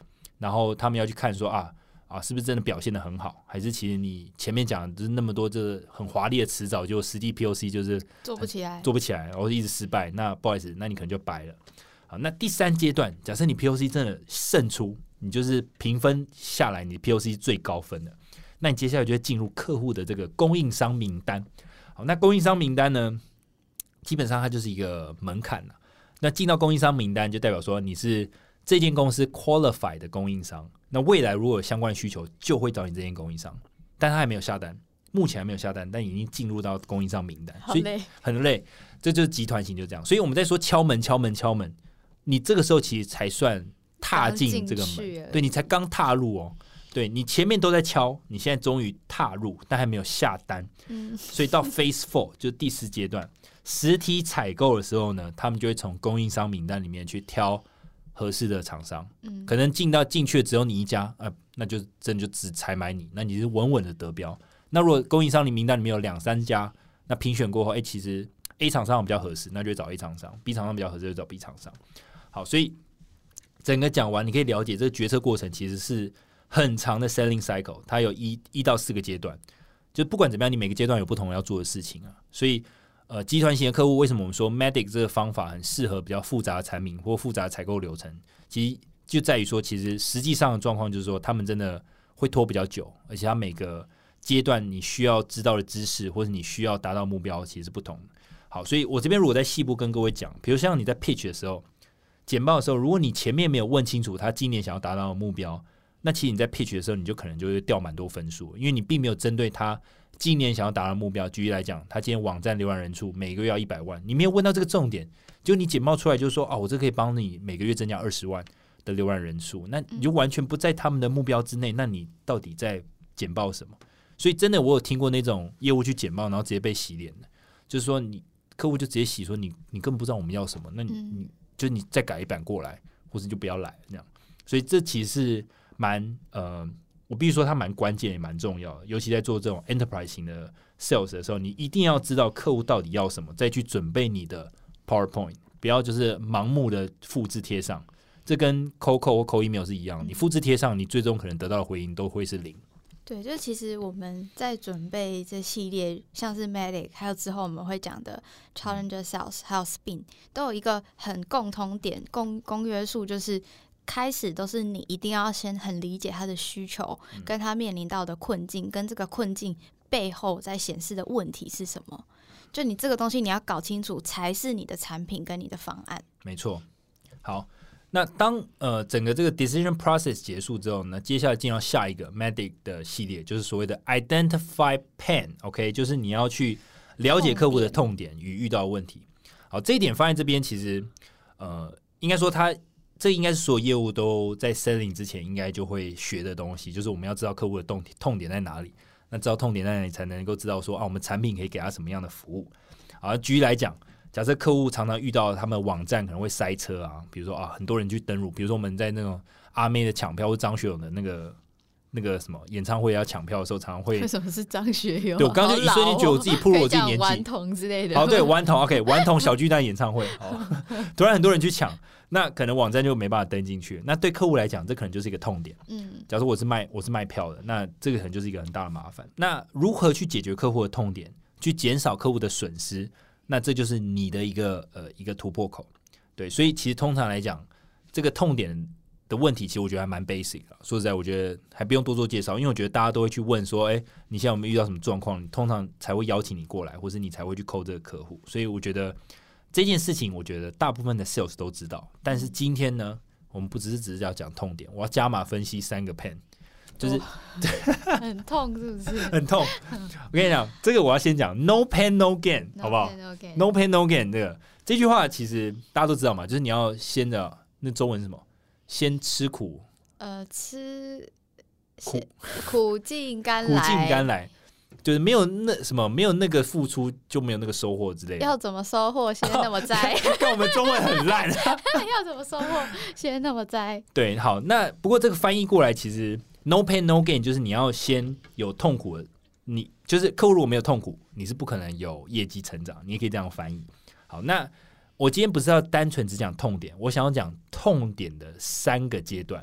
[SPEAKER 2] 然后他们要去看说啊啊是不是真的表现得很好，还是其实你前面讲的就是那么多这很华丽的词藻，就实际 P O C 就是
[SPEAKER 1] 做不起来，
[SPEAKER 2] 做不起来，然后一直失败，那不好意思，那你可能就掰了。好，那第三阶段，假设你 P O C 真的胜出，你就是评分下来，你 P O C 最高分的，那你接下来就会进入客户的这个供应商名单。好，那供应商名单呢，基本上它就是一个门槛了。那进到供应商名单，就代表说你是这间公司 qualified 的供应商。那未来如果有相关需求，就会找你这间供应商，但他还没有下单，目前还没有下单，但已经进入到供应商名单，所以很累。这就是集团型就这样。所以我们在说敲门、敲门、敲门，你这个时候其实才算踏进这个门，对你才刚踏入哦。对你前面都在敲，你现在终于踏入，但还没有下单。嗯，所以到 Phase Four 就是第四阶段，实体采购的时候呢，他们就会从供应商名单里面去挑合适的厂商。嗯，可能进到进去的只有你一家，呃，那就真的就只采买你，那你是稳稳的得标。那如果供应商名单里面有两三家，那评选过后，哎、欸，其实 A 厂商比较合适，那就会找 A 厂商 ；B 厂商比较合适，就找 B 厂商。好，所以整个讲完，你可以了解这个决策过程其实是很长的 selling cycle， 它有一一到四个阶段，就不管怎么样，你每个阶段有不同要做的事情啊。所以，呃，集团型的客户为什么我们说 Medic 这个方法很适合比较复杂的产品或复杂的采购流程？其实就在于说，其实实际上的状况就是说，他们真的会拖比较久，而且他每个阶段你需要知道的知识或者你需要达到目标其实是不同的。好，所以我这边如果在细部跟各位讲，比如像你在 pitch 的时候。简报的时候，如果你前面没有问清楚他今年想要达到的目标，那其实你在 pitch 的时候，你就可能就会掉蛮多分数，因为你并没有针对他今年想要达到的目标。举例来讲，他今天网站浏览人数每个月要一百万，你没有问到这个重点，就你简报出来就说，哦，我这可以帮你每个月增加二十万的浏览人数，那你就完全不在他们的目标之内，那你到底在简报什么？所以真的，我有听过那种业务去简报，然后直接被洗脸的，就是说你客户就直接洗说你你根本不知道我们要什么，那你你。就你再改一版过来，或是就不要来这样，所以这其实是蛮呃，我必须说它蛮关键也蛮重要的，尤其在做这种 enterprise 型的 sales 的时候，你一定要知道客户到底要什么，再去准备你的 PowerPoint， 不要就是盲目的复制贴上，这跟 cold call 或 cold email 是一样，你复制贴上，你最终可能得到的回应都会是零。
[SPEAKER 1] 对，就其实我们在准备这系列，像是 Medic， 还有之後我們會講的 Challenger Sales， 還有 Spin， 都有一個很共通點、公公約數，就是開始都是你一定要先很理解他的需求，跟他面臨到的困境，跟這個困境背後在顯示的問題是什麼。就你這個東西你要搞清楚，才是你的產品跟你的方案。
[SPEAKER 2] 沒錯，好。那當呃整個這個 decision process 結束之後呢，接下來進到下一個 Medic 的系列，就是所謂的 Identify Pain，OK， 就是你要去了解客戶的痛點與遇到的問題。好，這一點放在這邊，其實呃應該說它這應該是所有業務都在 selling 之前應該就會學的東西，就是我們要知道客戶的痛痛點在哪裡，那知道痛點在哪裡才能夠知道說啊，我們產品可以給他什麼樣的服務。好，舉例來講。假設客戶常常遇到他們網站可能會塞車啊，比如說啊，很多人去登錄，比如說我們在那種阿妹的搶票或張學友的那個那個什麼演唱會要搶票的時候，常常會。
[SPEAKER 1] 為什麼是張學友？
[SPEAKER 2] 對，我剛剛就一瞬間覺得我自己暴露我自己年紀。
[SPEAKER 1] 可以講頑童之類的。
[SPEAKER 2] 好，對，頑童 ，OK， 頑童小巨蛋演唱會，突然很多人去搶，那可能網站就沒辦法登進去。那對客戶來講，這可能就是一個痛點。嗯。假如我是賣我是賣票的，那這個可能就是一個很大的麻煩。那如何去解決客戶的痛點，去減少客戶的損失？那這就是你的一個呃一個突破口，對，所以其實通常來講，這個痛點的問題，其實我覺得還蠻 basic 的。說實在，我覺得還不用多做介紹，因為我覺得大家都會去問說，哎，你現在有沒有遇到什麼狀況？你通常才會邀請你過來，或是你才會去 call 這個客戶。所以我覺得這件事情，我覺得大部分的 sales 都知道。但是今天呢，我們不只是只是要講痛點，我要加碼分析三個 pain。就是、哦、
[SPEAKER 1] 很痛是不是？
[SPEAKER 2] 很痛。我跟你講，這個我要先講 no pain no gain， 好不好
[SPEAKER 1] ？No pain
[SPEAKER 2] no gain， no gain 這個這句話其實大家都知道嘛，就是你要先的，那中文是什麼？先吃苦，
[SPEAKER 1] 呃，吃苦苦盡甘來，
[SPEAKER 2] 苦盡甘來，就是沒有那什麼，沒有那個付出就沒有那個收穫之類的。
[SPEAKER 1] 要怎麼收穫？先那麼栽。
[SPEAKER 2] 看我們中文很爛。
[SPEAKER 1] 要怎麼收穫？先那麼栽。
[SPEAKER 2] 對，好，那不過這個翻譯過來其實。No pain no gain 就是你要先有痛苦的，你就是客戶如果沒有痛苦，你是不可能有業績成長，你也可以這樣翻譯。好，那我今天不是要單純只講痛點，我想要講痛點的三個階段。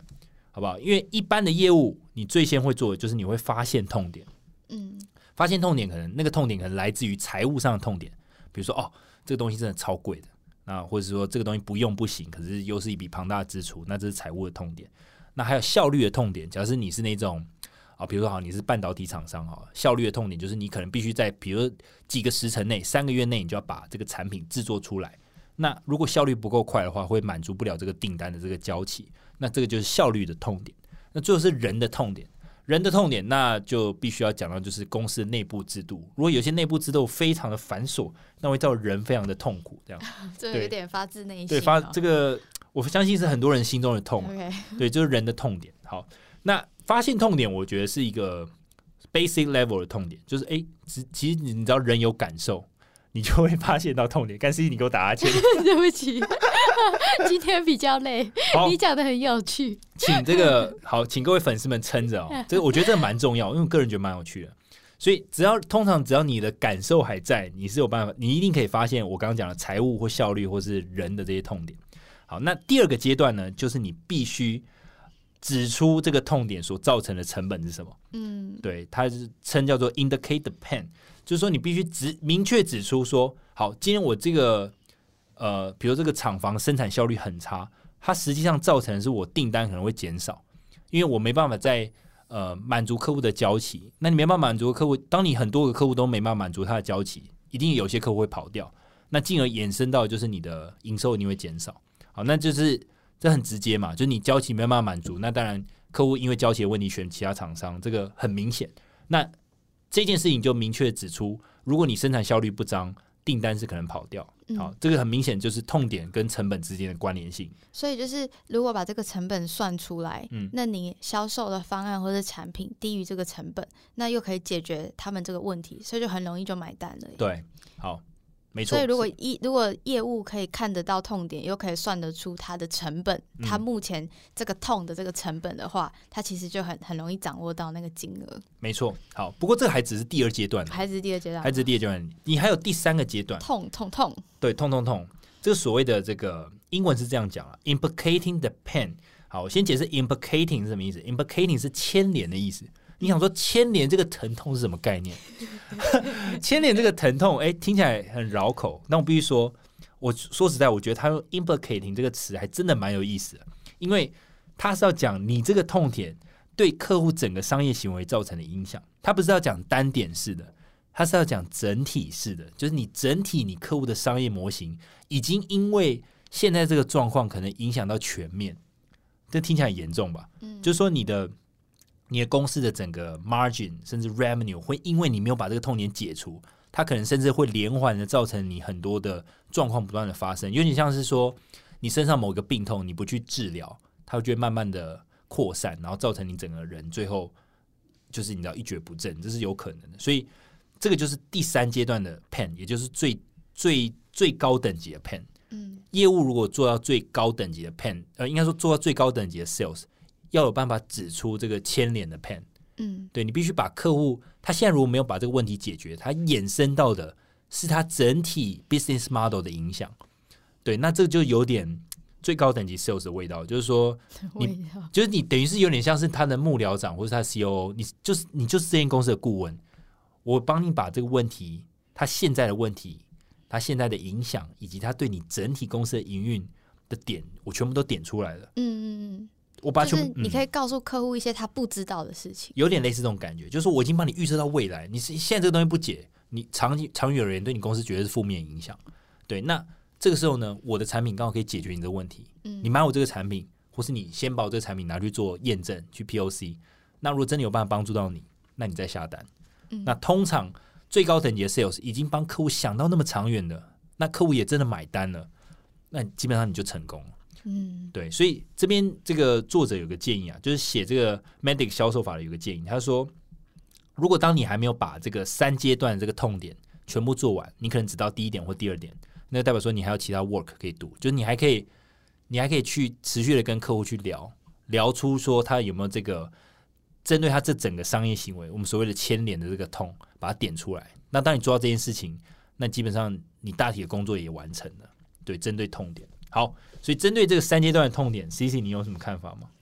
[SPEAKER 2] 好不好？因为一般的业务，你最先会做的就是你会发现痛点。嗯，发现痛点可能那个痛点可能来自于财务上的痛点，比如说哦，这个东西真的超贵的，那或者说这个东西不用不行，可是又是一笔庞大的支出，那这是财务的痛点。那还有效率的痛点，假设你是那种啊，比如说好，你是半导体厂商哈，效率的痛点就是你可能必须在比如说几个时辰内、三个月内，你就要把这个产品制作出来。那如果效率不够快的话，会满足不了这个订单的这个交期。那这个就是效率的痛点。那最后是人的痛点，人的痛点那就必须要讲到就是公司的内部制度。如果有些内部制度非常的繁琐，那会造成人非常的痛苦。这样，
[SPEAKER 1] 这有点发自内心、哦。
[SPEAKER 2] 对，发这个我相信是很多人心中的痛。
[SPEAKER 1] Okay.
[SPEAKER 2] 对，就是人的痛点。好，那发现痛点，我觉得是一个 basic level 的痛点，就是哎，其实你知道人有感受。你就会发现到痛点。干 C， 你给我打哈欠。
[SPEAKER 1] 对不起，今天比较累。你讲的很有趣，
[SPEAKER 2] 请这个好，请各位粉丝们撑着哦。这个我觉得这个蛮重要，因为我个人觉得蛮有趣的。所以只要通常只要你的感受还在，你是有办法，你一定可以发现我刚刚讲的财务或效率或是人的这些痛点。好，那第二个阶段呢，就是你必须指出这个痛点所造成的成本是什么。嗯，对，它是称叫做 indicate the pain。就是说，你必须指明确指出说，好，今天我这个呃，比如这个厂房生产效率很差，它实际上造成的是我订单可能会减少，因为我没办法在呃满足客户的交期。那你没办法满足客户，当你很多个客户都没办法满足他的交期，一定有些客户会跑掉，那进而衍生到就是你的营收一定会减少。好，那就是这很直接嘛，就是你交期没办法满足，那当然客户因为交期的问题选其他厂商，这个很明显。那这件事情就明确指出，如果你生产效率不彰，订单是可能跑掉。好，这个很明显就是痛点跟成本之间的关联性。
[SPEAKER 1] 所以就是如果把这个成本算出来，嗯，那你销售的方案或者产品低于这个成本，那又可以解决他们这个问题，所以就很容易就买单了。
[SPEAKER 2] 对，好。没错，
[SPEAKER 1] 所以如果一如果业务可以看得到痛点，又可以算得出它的成本，嗯、它目前这个痛的这个成本的话，它其实就很很容易掌握到那个金额。
[SPEAKER 2] 没错，好，不过这个还只是第二阶段，
[SPEAKER 1] 还只是第二阶段，
[SPEAKER 2] 还只是第二阶段，你还有第三个阶段，
[SPEAKER 1] 痛痛痛，
[SPEAKER 2] 对，痛痛痛，这个所谓的这个英文是这样讲啊 ，implicating the pain。好，我先解释 implicating 是什么意思 ，implicating 是牵连的意思。你想说牵连这个疼痛是什么概念？牵连这个疼痛，哎，听起来很绕口。那我必须说，我说实在，我觉得他用 implicating 这个词还真的蛮有意思的，因为他是要讲你这个痛点对客户整个商业行为造成的影响。他不是要讲单点式的，他是要讲整体式的，就是你整体你客户的商业模型已经因为现在这个状况可能影响到全面。这听起来很严重吧？嗯，就是说你的。你的公司的整个 margin 甚至 revenue 会因为你没有把这个痛点解除，它可能甚至会连环的造成你很多的状况不断的发生，有点像是说你身上某个病痛你不去治疗，它就会慢慢的扩散，然后造成你整个人最后就是你知道一蹶不振，这是有可能的。所以这个就是第三阶段的 pain， 也就是最最最高等级的 pain。嗯，业务如果做到最高等级的 pain， 呃，应该说做到最高等级的 sales。要有办法指出这个牵连的 pain， 嗯，对，你必须把客户他现在如果没有把这个问题解决，他衍生到的是他整体 business model 的影响，对，那这就有点最高等级 sales 的味道，就是说你就是你等于是有点像是他的幕僚长或是他的 C O O， 你就是你就是这间公司的顾问，我帮你把这个问题，他现在的问题，他现在的影响，以及他对你整体公司的营运的点，我全部都点出来了，嗯嗯嗯。我把
[SPEAKER 1] 就是你可以告诉客户一些他不知道的事情，
[SPEAKER 2] 有点类似这种感觉，就是说我已经帮你预测到未来，你现在这个东西不解，你长长远而言对你公司绝对是负面影响。对，那这个时候呢，我的产品刚好可以解决你的问题。嗯，你买我这个产品，或是你先把我这个产品拿去做验证，去 P O C。那如果真的有办法帮助到你，那你再下单。嗯，那通常最高等级的 sales 已经帮客户想到那么长远的，那客户也真的买单了，那基本上你就成功了。嗯，对，所以这边这个作者有个建议啊，就是写这个 Medic 销售法的有个建议，他说，如果当你还没有把这个三阶段的这个痛点全部做完，你可能只到第一点或第二点，那就代表说你还有其他 work 可以读，就是你还可以，你还可以去持续的跟客户去聊，聊出说他有没有这个针对他这整个商业行为，我们所谓的牵连的这个痛，把它点出来。那当你做到这件事情，那基本上你大体的工作也完成了。对，针对痛点。好，所以针对这个三阶段的痛点 ，C C 你有什么看法吗？
[SPEAKER 1] 我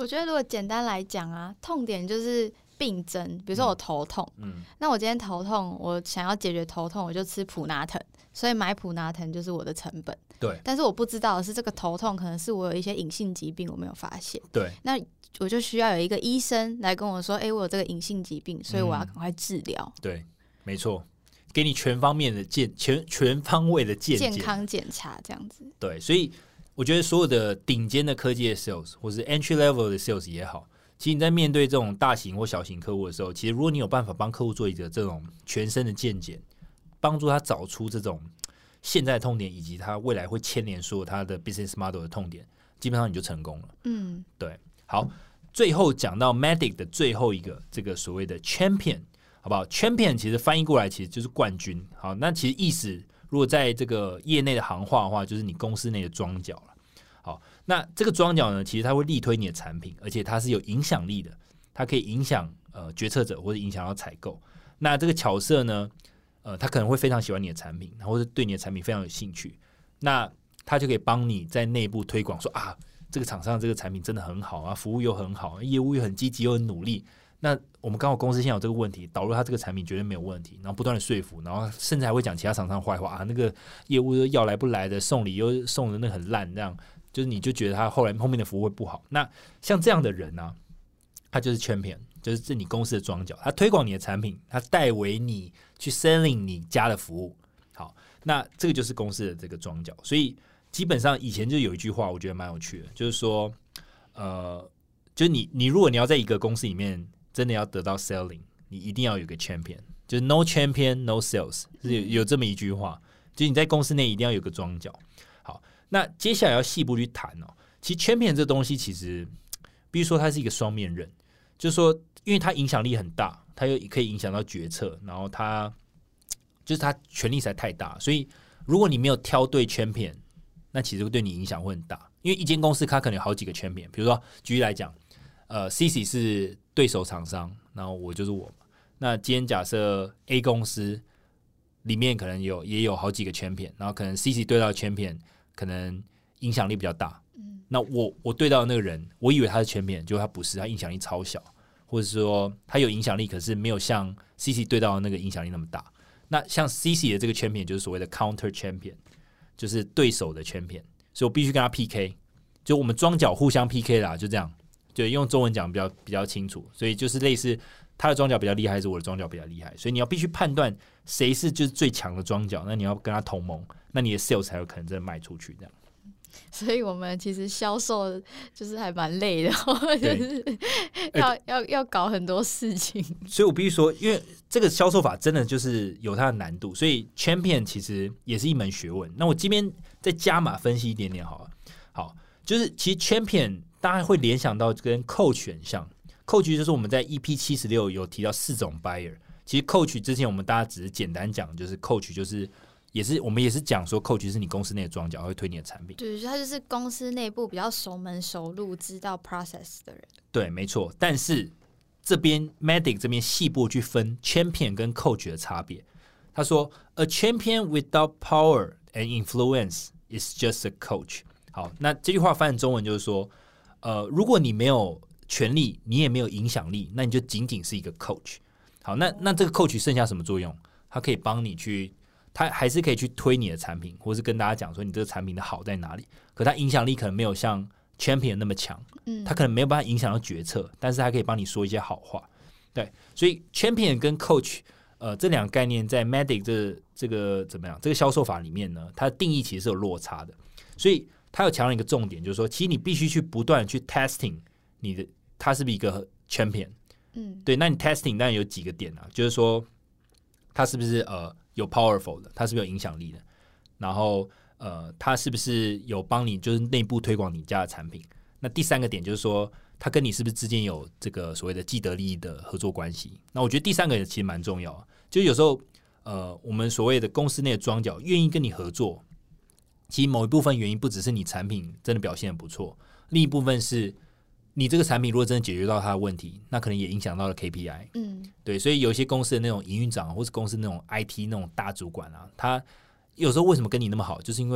[SPEAKER 1] 我觉得如果简单来讲啊，痛点就是病症，比如说我头痛，嗯，那我今天头痛，我想要解决头痛，我就吃普拿疼，所以买普拿疼就是我的成本。
[SPEAKER 2] 对，
[SPEAKER 1] 但是我不知道的是，这个头痛可能是我有一些隐性疾病，我没有发现。
[SPEAKER 2] 对，
[SPEAKER 1] 那我就需要有一个医生来跟我说，哎、欸，我有这个隐性疾病，所以我要赶快治疗、
[SPEAKER 2] 嗯。对，没错，给你全方面的健全全方位的健
[SPEAKER 1] 健康检查，这样子。
[SPEAKER 2] 对，所以我觉得所有的顶尖的科技的 sales 或是 entry level 的 sales 也好，其实你在面对这种大型或小型客户的时候，其实如果你有办法帮客户做一个这种全身的健检，帮助他找出这种现在的痛点，以及他未来会牵连所有他的 business model 的痛点，基本上你就成功了。嗯，对。好，最后讲到 Medic 的最后一个这个所谓的 champion， 好不好 ？champion 其实翻译过来其实就是冠军。好，那其实意思如果在这个业内的行话的话，就是你公司内的庄脚了。好，那这个庄脚呢，其实它会力推你的产品，而且它是有影响力的，它可以影响呃决策者或者影响到采购。那这个角色呢？呃，他可能会非常喜欢你的产品，或者对你的产品非常有兴趣，那他就可以帮你在内部推广说啊，这个厂商这个产品真的很好啊，服务又很好，业务又很积极又很努力。那我们刚好公司现在有这个问题，导入他这个产品绝对没有问题，然后不断的说服，然后甚至还会讲其他厂商坏话啊，那个业务又要来不来的，送礼又送的那很烂，这样就是你就觉得他后来后面的服务会不好。那像这样的人呢、啊，他就是 champion， 就是这你公司的庄脚，他推广你的产品，他代为你去 selling 你家的服务。好，那这个就是公司的这个庄脚。所以基本上以前就有一句话，我觉得蛮有趣的，就是说，呃，就是你你如果你要在一个公司里面真的要得到 selling， 你一定要有一个 champion， 就是 no champion no sales， 是 有, 有这么一句话，就是你在公司内一定要有个庄脚。好，那接下来要细部去谈哦。其实 champion 这东西其实，比如说它是一个双面刃。就是说，因为它影响力很大，它又可以影响到决策，然后它就是它权力实在太大，所以如果你没有挑对champion，那其实会对你影响会很大。因为一间公司它可能有好几个champion，比如说举例来讲，呃 ，C C 是对手厂商，然后我就是我嘛。那今天假设 A 公司里面可能有也有好几个champion，然后可能 C C 对到 champion 可能影响力比较大。那我我对到的那个人，我以为他是champion，结果他不是，他影响力超小，或者说他有影响力，可是没有像 C C 对到的那个影响力那么大。那像 C C 的这个 champion 就是所谓的 counter champion， 就是对手的 champion， 所以我必须跟他 P K， 就我们庄脚互相 P K 啦，就这样，就用中文讲比较比较清楚，所以就是类似他的庄脚比较厉害，还是我的庄脚比较厉害，所以你要必须判断谁是就是最强的庄脚，那你要跟他同盟，那你的 sales 才有可能真的卖出去这样。
[SPEAKER 1] 所以我们其实销售就是还蛮累的，就是要、欸、要要搞很多事情。
[SPEAKER 2] 所以我必须说，因为这个销售法真的就是有它的难度，所以 champion 其实也是一门学问。那我这边再加码分析一点点好了。好，就是其实 champion 大家会联想到跟 coach 很像 ，coach 就是我们在 E P 七十六有提到四种 buyer。其实 coach 之前我们大家只是简单讲，就是 coach 就是。也是，我们也是讲说 ，coach 是你公司内的庄脚，会推你的产品。
[SPEAKER 1] 对，他就是公司内部比较熟门熟路、知道 process 的人。
[SPEAKER 2] 对，没错。但是这边 Medic 这边细部去分 champion 跟 coach 的差别。他说 ，a champion without power and influence is just a coach。好，那这句话翻译中文就是说，呃，如果你没有权力，你也没有影响力，那你就仅仅是一个 coach。好，那那这个 coach 剩下什么作用？它可以帮你去。他还是可以去推你的产品，或是跟大家讲说你这个产品的好在哪里。可他影响力可能没有像 champion 那么强，嗯，他可能没有办法影响到决策，但是他可以帮你说一些好话。对，所以 champion 跟 coach， 呃，这两个概念在 Medic 这这个怎么样？这个销售法里面呢，它的定义其实是有落差的。所以他有强调一个重点，就是说，其实你必须去不断去 testing 你的他是不是一个 champion。嗯，对，那你 testing 当然有几个点啊，就是说他是不是呃。有 powerful 的，他是不是有影响力的？然后，呃，他是不是有帮你就是内部推广你家的产品？那第三个点就是说，他跟你是不是之间有这个所谓的既得利益的合作关系？那我觉得第三个其实蛮重要，就是有时候，呃，我们所谓的公司内的庄脚愿意跟你合作，其实某一部分原因不只是你产品真的表现得不错，另一部分是。你这个产品如果真的解决到它的问题，那可能也影响到了 K P I。嗯，对，所以有一些公司的那种营运长，或是公司那种 I T 那种大主管啊，他有时候为什么跟你那么好，就是因为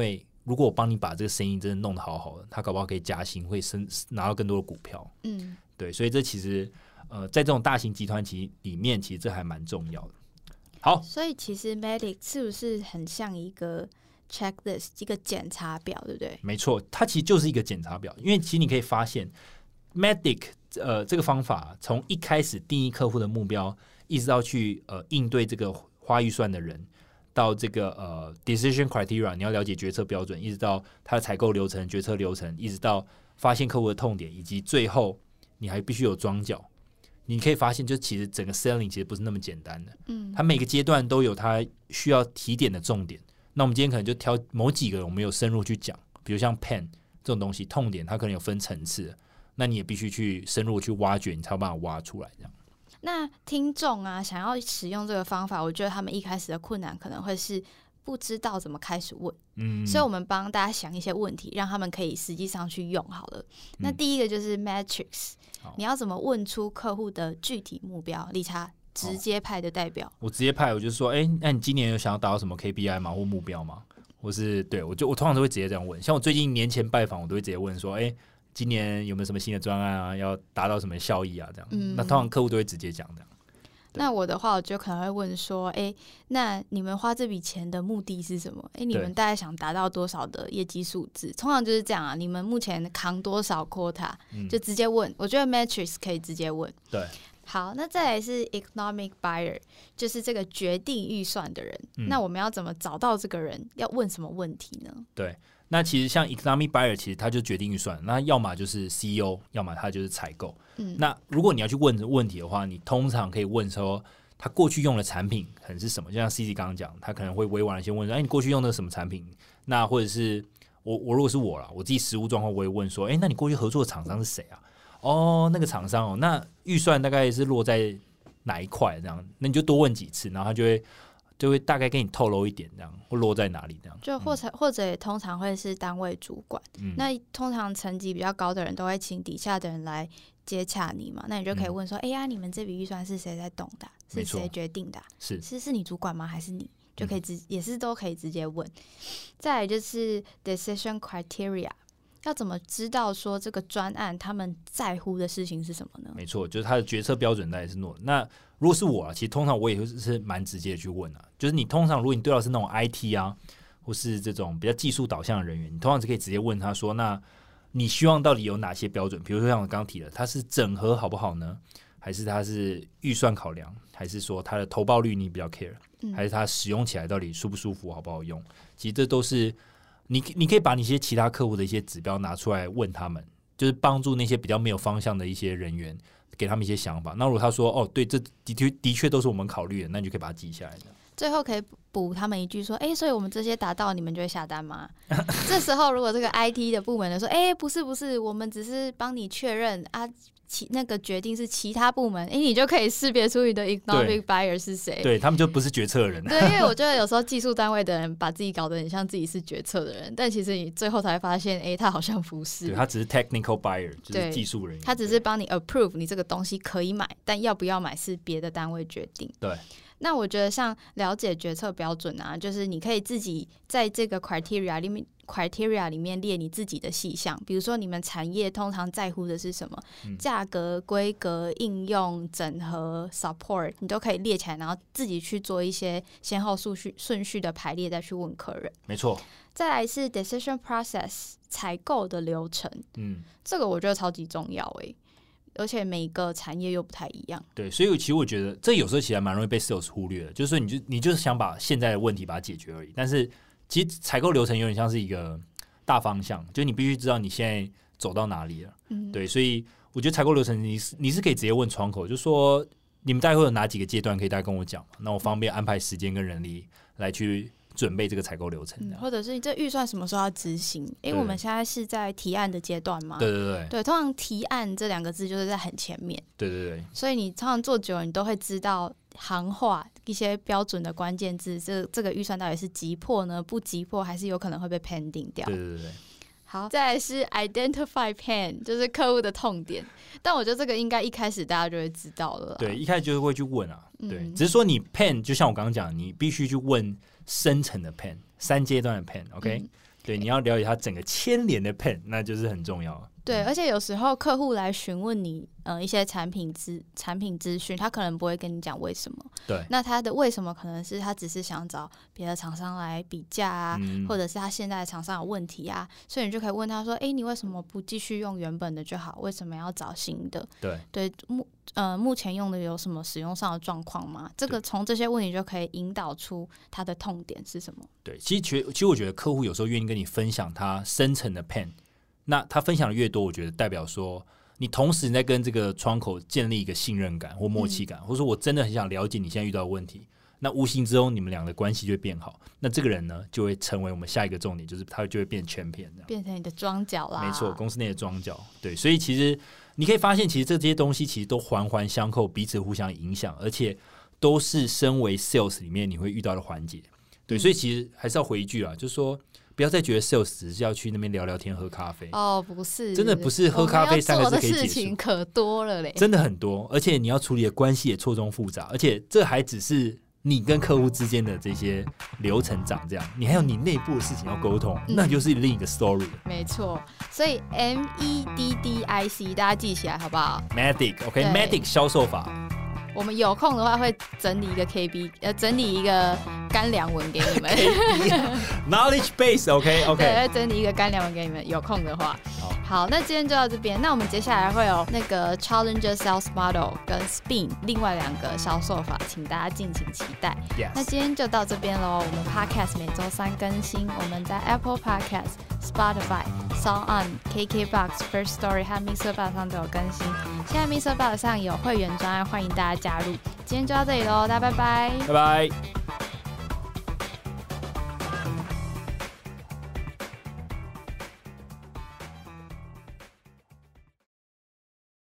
[SPEAKER 2] 如果我帮你把这个生意真的弄得好好的，他搞不好可以加薪，会升拿到更多的股票。嗯，对，所以这其实呃，在这种大型集团其里面，其实这还蛮重要的。好，
[SPEAKER 1] 所以其实 Medic 是不是很像一个 checklist， 一个检查表，对不对？
[SPEAKER 2] 没错，它其实就是一个检查表，因为其实你可以发现 Medic 呃这个方法从一开始定义客户的目标，一直到去呃应对这个花预算的人，到这个呃 decision criteria， 你要了解决策标准，一直到它的采购流程、决策流程，一直到发现客户的痛点，以及最后你还必须有庄脚。你可以发现，就其实整个 selling 其实不是那么简单的，嗯，它每个阶段都有它需要提点的重点。那我们今天可能就挑某几个我们有深入去讲，比如像 pen 这种东西，痛点它可能有分层次，那你也必须去深入去挖掘，你才有办法挖出来这样。
[SPEAKER 1] 那听众啊，想要使用这个方法，我觉得他们一开始的困难可能会是不知道怎么开始问，嗯，所以我们帮大家想一些问题，让他们可以实际上去用好了。那第一个就是 matrix，嗯，你要怎么问出客户的具体目标？理查直接派的代表，
[SPEAKER 2] 我直接派，我就说，哎、欸，那你今年有想要达到什么 K P I 吗？或目标吗？或是对我就我通常都会直接这样问。像我最近年前拜访，我都会直接问说，哎、欸，今年有没有什么新的专案啊？要达到什么效益啊？这样，嗯，那通常客户都会直接讲这样。
[SPEAKER 1] 那我的话，我就可能会问说，哎、欸，那你们花这笔钱的目的是什么？哎、欸，你们大概想达到多少的业绩数字？通常就是这样啊。你们目前扛多少 quota，嗯，就直接问。我觉得 matrix 可以直接问。
[SPEAKER 2] 对。
[SPEAKER 1] 好，那再来是 economic buyer， 就是这个决定预算的人、嗯。那我们要怎么找到这个人？要问什么问题呢？
[SPEAKER 2] 对，那其实像 economic buyer， 其实他就决定预算，那要么就是 C E O， 要么他就是采购。嗯，那如果你要去问问题的话，你通常可以问说他过去用的产品可能是什么？就像 C C 刚刚讲，他可能会委婉的先问说，哎，你过去用的什么产品？那或者是我我如果是我啦，我自己实务状况，我会问说，哎，那你过去合作的厂商是谁啊？哦，那个厂商哦，那预算大概是落在哪一块？这样，那你就多问几次，然后他就会就会大概给你透露一点，这样或落在哪里这样。
[SPEAKER 1] 就或者、嗯、或者也通常会是单位主管、嗯，那通常层级比较高的人都会请底下的人来接洽你嘛，那你就可以问说，哎、嗯、呀，你们这笔预算是谁在动的？是谁决定的？是是是你主管吗？还是你？就可以直、嗯、也是都可以直接问。再来就是 decision criteria。要怎么知道说这个专案他们在乎的事情是什么呢？
[SPEAKER 2] 没错，就是他的决策标准大概是诺。那如果是我啊，其实通常我也是蛮直接的去问啊，就是你通常如果你对到是那种 I T 啊，或是这种比较技术导向的人员，你通常是可以直接问他说，那你希望到底有哪些标准？比如说像我刚刚提的，它是整合好不好呢？还是它是预算考量？还是说它的投报率你比较 care？、嗯、还是它使用起来到底舒不舒服、好不好用？其实这都是。你你可以把你一些其他客户的一些指标拿出来问他们，就是帮助那些比较没有方向的一些人员，给他们一些想法。那如果他说哦，对，这的确的确都是我们考虑的，那你就可以把它记下来。
[SPEAKER 1] 最后可以补他们一句说，哎、欸，所以我们这些达到，你们就会下单吗？这时候如果这个 I T 的部门的说，哎、欸，不是不是，我们只是帮你确认啊。其那个决定是其他部门，哎、欸，你就可以识别出你的 economic buyer 是谁。
[SPEAKER 2] 对，他们就不是决策人。
[SPEAKER 1] 对，因为我觉得有时候技术单位的人把自己搞得很像自己是决策的人，但其实你最后才发现，哎、欸，他好像不是。
[SPEAKER 2] 对，他只是 technical buyer， 就是技术人员。
[SPEAKER 1] 他只是帮你 approve 你这个东西可以买，但要不要买是别的单位决定。
[SPEAKER 2] 对。
[SPEAKER 1] 那我觉得像了解决策标准啊，就是你可以自己在这个 criteria 里面 criteria 里面列你自己的细项，比如说你们产业通常在乎的是什么，嗯、价格、规格、应用、整合、support， 你都可以列起来，然后自己去做一些先后顺序顺序的排列，再去问客人。
[SPEAKER 2] 没错。
[SPEAKER 1] 再来是 decision process 采购的流程，嗯，这个我觉得超级重要诶、欸。而且每个产业又不太一样，
[SPEAKER 2] 对，所以其实我觉得这有时候其实蛮容易被 sales 忽略的，就是说你就你就是想把现在的问题把它解决而已，但是其实采购流程有点像是一个大方向，就是你必须知道你现在走到哪里了，嗯，对，所以我觉得采购流程你是你是可以直接问窗口，就说你们大概会有哪几个阶段可以大概跟我讲，那我方便安排时间跟人力来去准备这个采购流程、嗯，
[SPEAKER 1] 或者是你这预算什么时候要执行？因为我们现在是在提案的阶段嘛。
[SPEAKER 2] 对对对，
[SPEAKER 1] 对，通常提案这两个字就是在很前面。
[SPEAKER 2] 对对对，
[SPEAKER 1] 所以你通常做久了，你都会知道行话一些标准的关键字，这这个预算到底是急迫呢，不急迫，还是有可能会被 pending 掉？
[SPEAKER 2] 对对对。
[SPEAKER 1] 好，再来是 identify pain， 就是客户的痛点。但我觉得这个应该一开始大家就会知道了。
[SPEAKER 2] 对，一开始就会去问啊。对，嗯、只是说你 pain， 就像我刚刚讲，你必须去问深层的 pain， 三阶段的 pain，OK，、okay? 嗯、 对，你要了解它整个牵连的 pen， 那就是很重要。
[SPEAKER 1] 对，而且有时候客户来询问你，呃，一些产品资产品资讯，他可能不会跟你讲为什么。
[SPEAKER 2] 对，
[SPEAKER 1] 那他的为什么可能是他只是想找别的厂商来比价啊，嗯、或者是他现在的厂商有问题啊，所以你就可以问他说：“哎，你为什么不继续用原本的就好？为什么要找新的？”
[SPEAKER 2] 对
[SPEAKER 1] 对，目呃目前用的有什么使用上的状况吗？这个从这些问题就可以引导出他的痛点是什么。
[SPEAKER 2] 对，其实其实我觉得客户有时候愿意跟你分享他深层的 pain。那他分享的越多，我觉得代表说你同时在跟这个窗口建立一个信任感或默契感，嗯、或者说我真的很想了解你现在遇到的问题，那无形之中你们俩的关系就会变好。那这个人呢，就会成为我们下一个重点，就是他就会变champion，
[SPEAKER 1] 变成你的庄脚啦。
[SPEAKER 2] 没错，公司内的庄脚。对，所以其实你可以发现，其实这些东西其实都环环相扣，彼此互相影响，而且都是身为 sales 里面你会遇到的环节。对，所以其实还是要回一句啦，就是说。不要再觉得 sales 只是要去那边聊聊天喝咖啡
[SPEAKER 1] 哦，不是，
[SPEAKER 2] 真的不是喝咖啡三个字可以解释，
[SPEAKER 1] 事情可多了嘞，
[SPEAKER 2] 真的很多，而且你要处理的关系也错综复杂，而且这还只是你跟客户之间的这些流程长这样，你还有你内部的事情要沟通，嗯、那就是另一个 story。
[SPEAKER 1] 没错，所以 M E D D I C 大家记起来好不好
[SPEAKER 2] ？Medic OK，Medic、okay, 销售法。
[SPEAKER 1] 我们有空的话会整理一个 K B， 呃，整理一个干粮文给你们。
[SPEAKER 2] Knowledge base OK OK。
[SPEAKER 1] 对，会整理一个干粮文给你们，有空的话。好，好，那今天就到这边。那我们接下来会有那个 Challenger Sales Model 跟 Spin 另外两个销售法，请大家敬请期待。
[SPEAKER 2] Yes.
[SPEAKER 1] 那今天就到这边喽。我们 Podcast 每周三更新，我们在 Apple Podcast、Spotify、SoundOn、K K Box、First Story 和 MixerBox 上都有更新。现在 MixerBox 上有会员专案，欢迎大家加入。今天就到这里喽，大家拜拜，
[SPEAKER 2] 拜拜。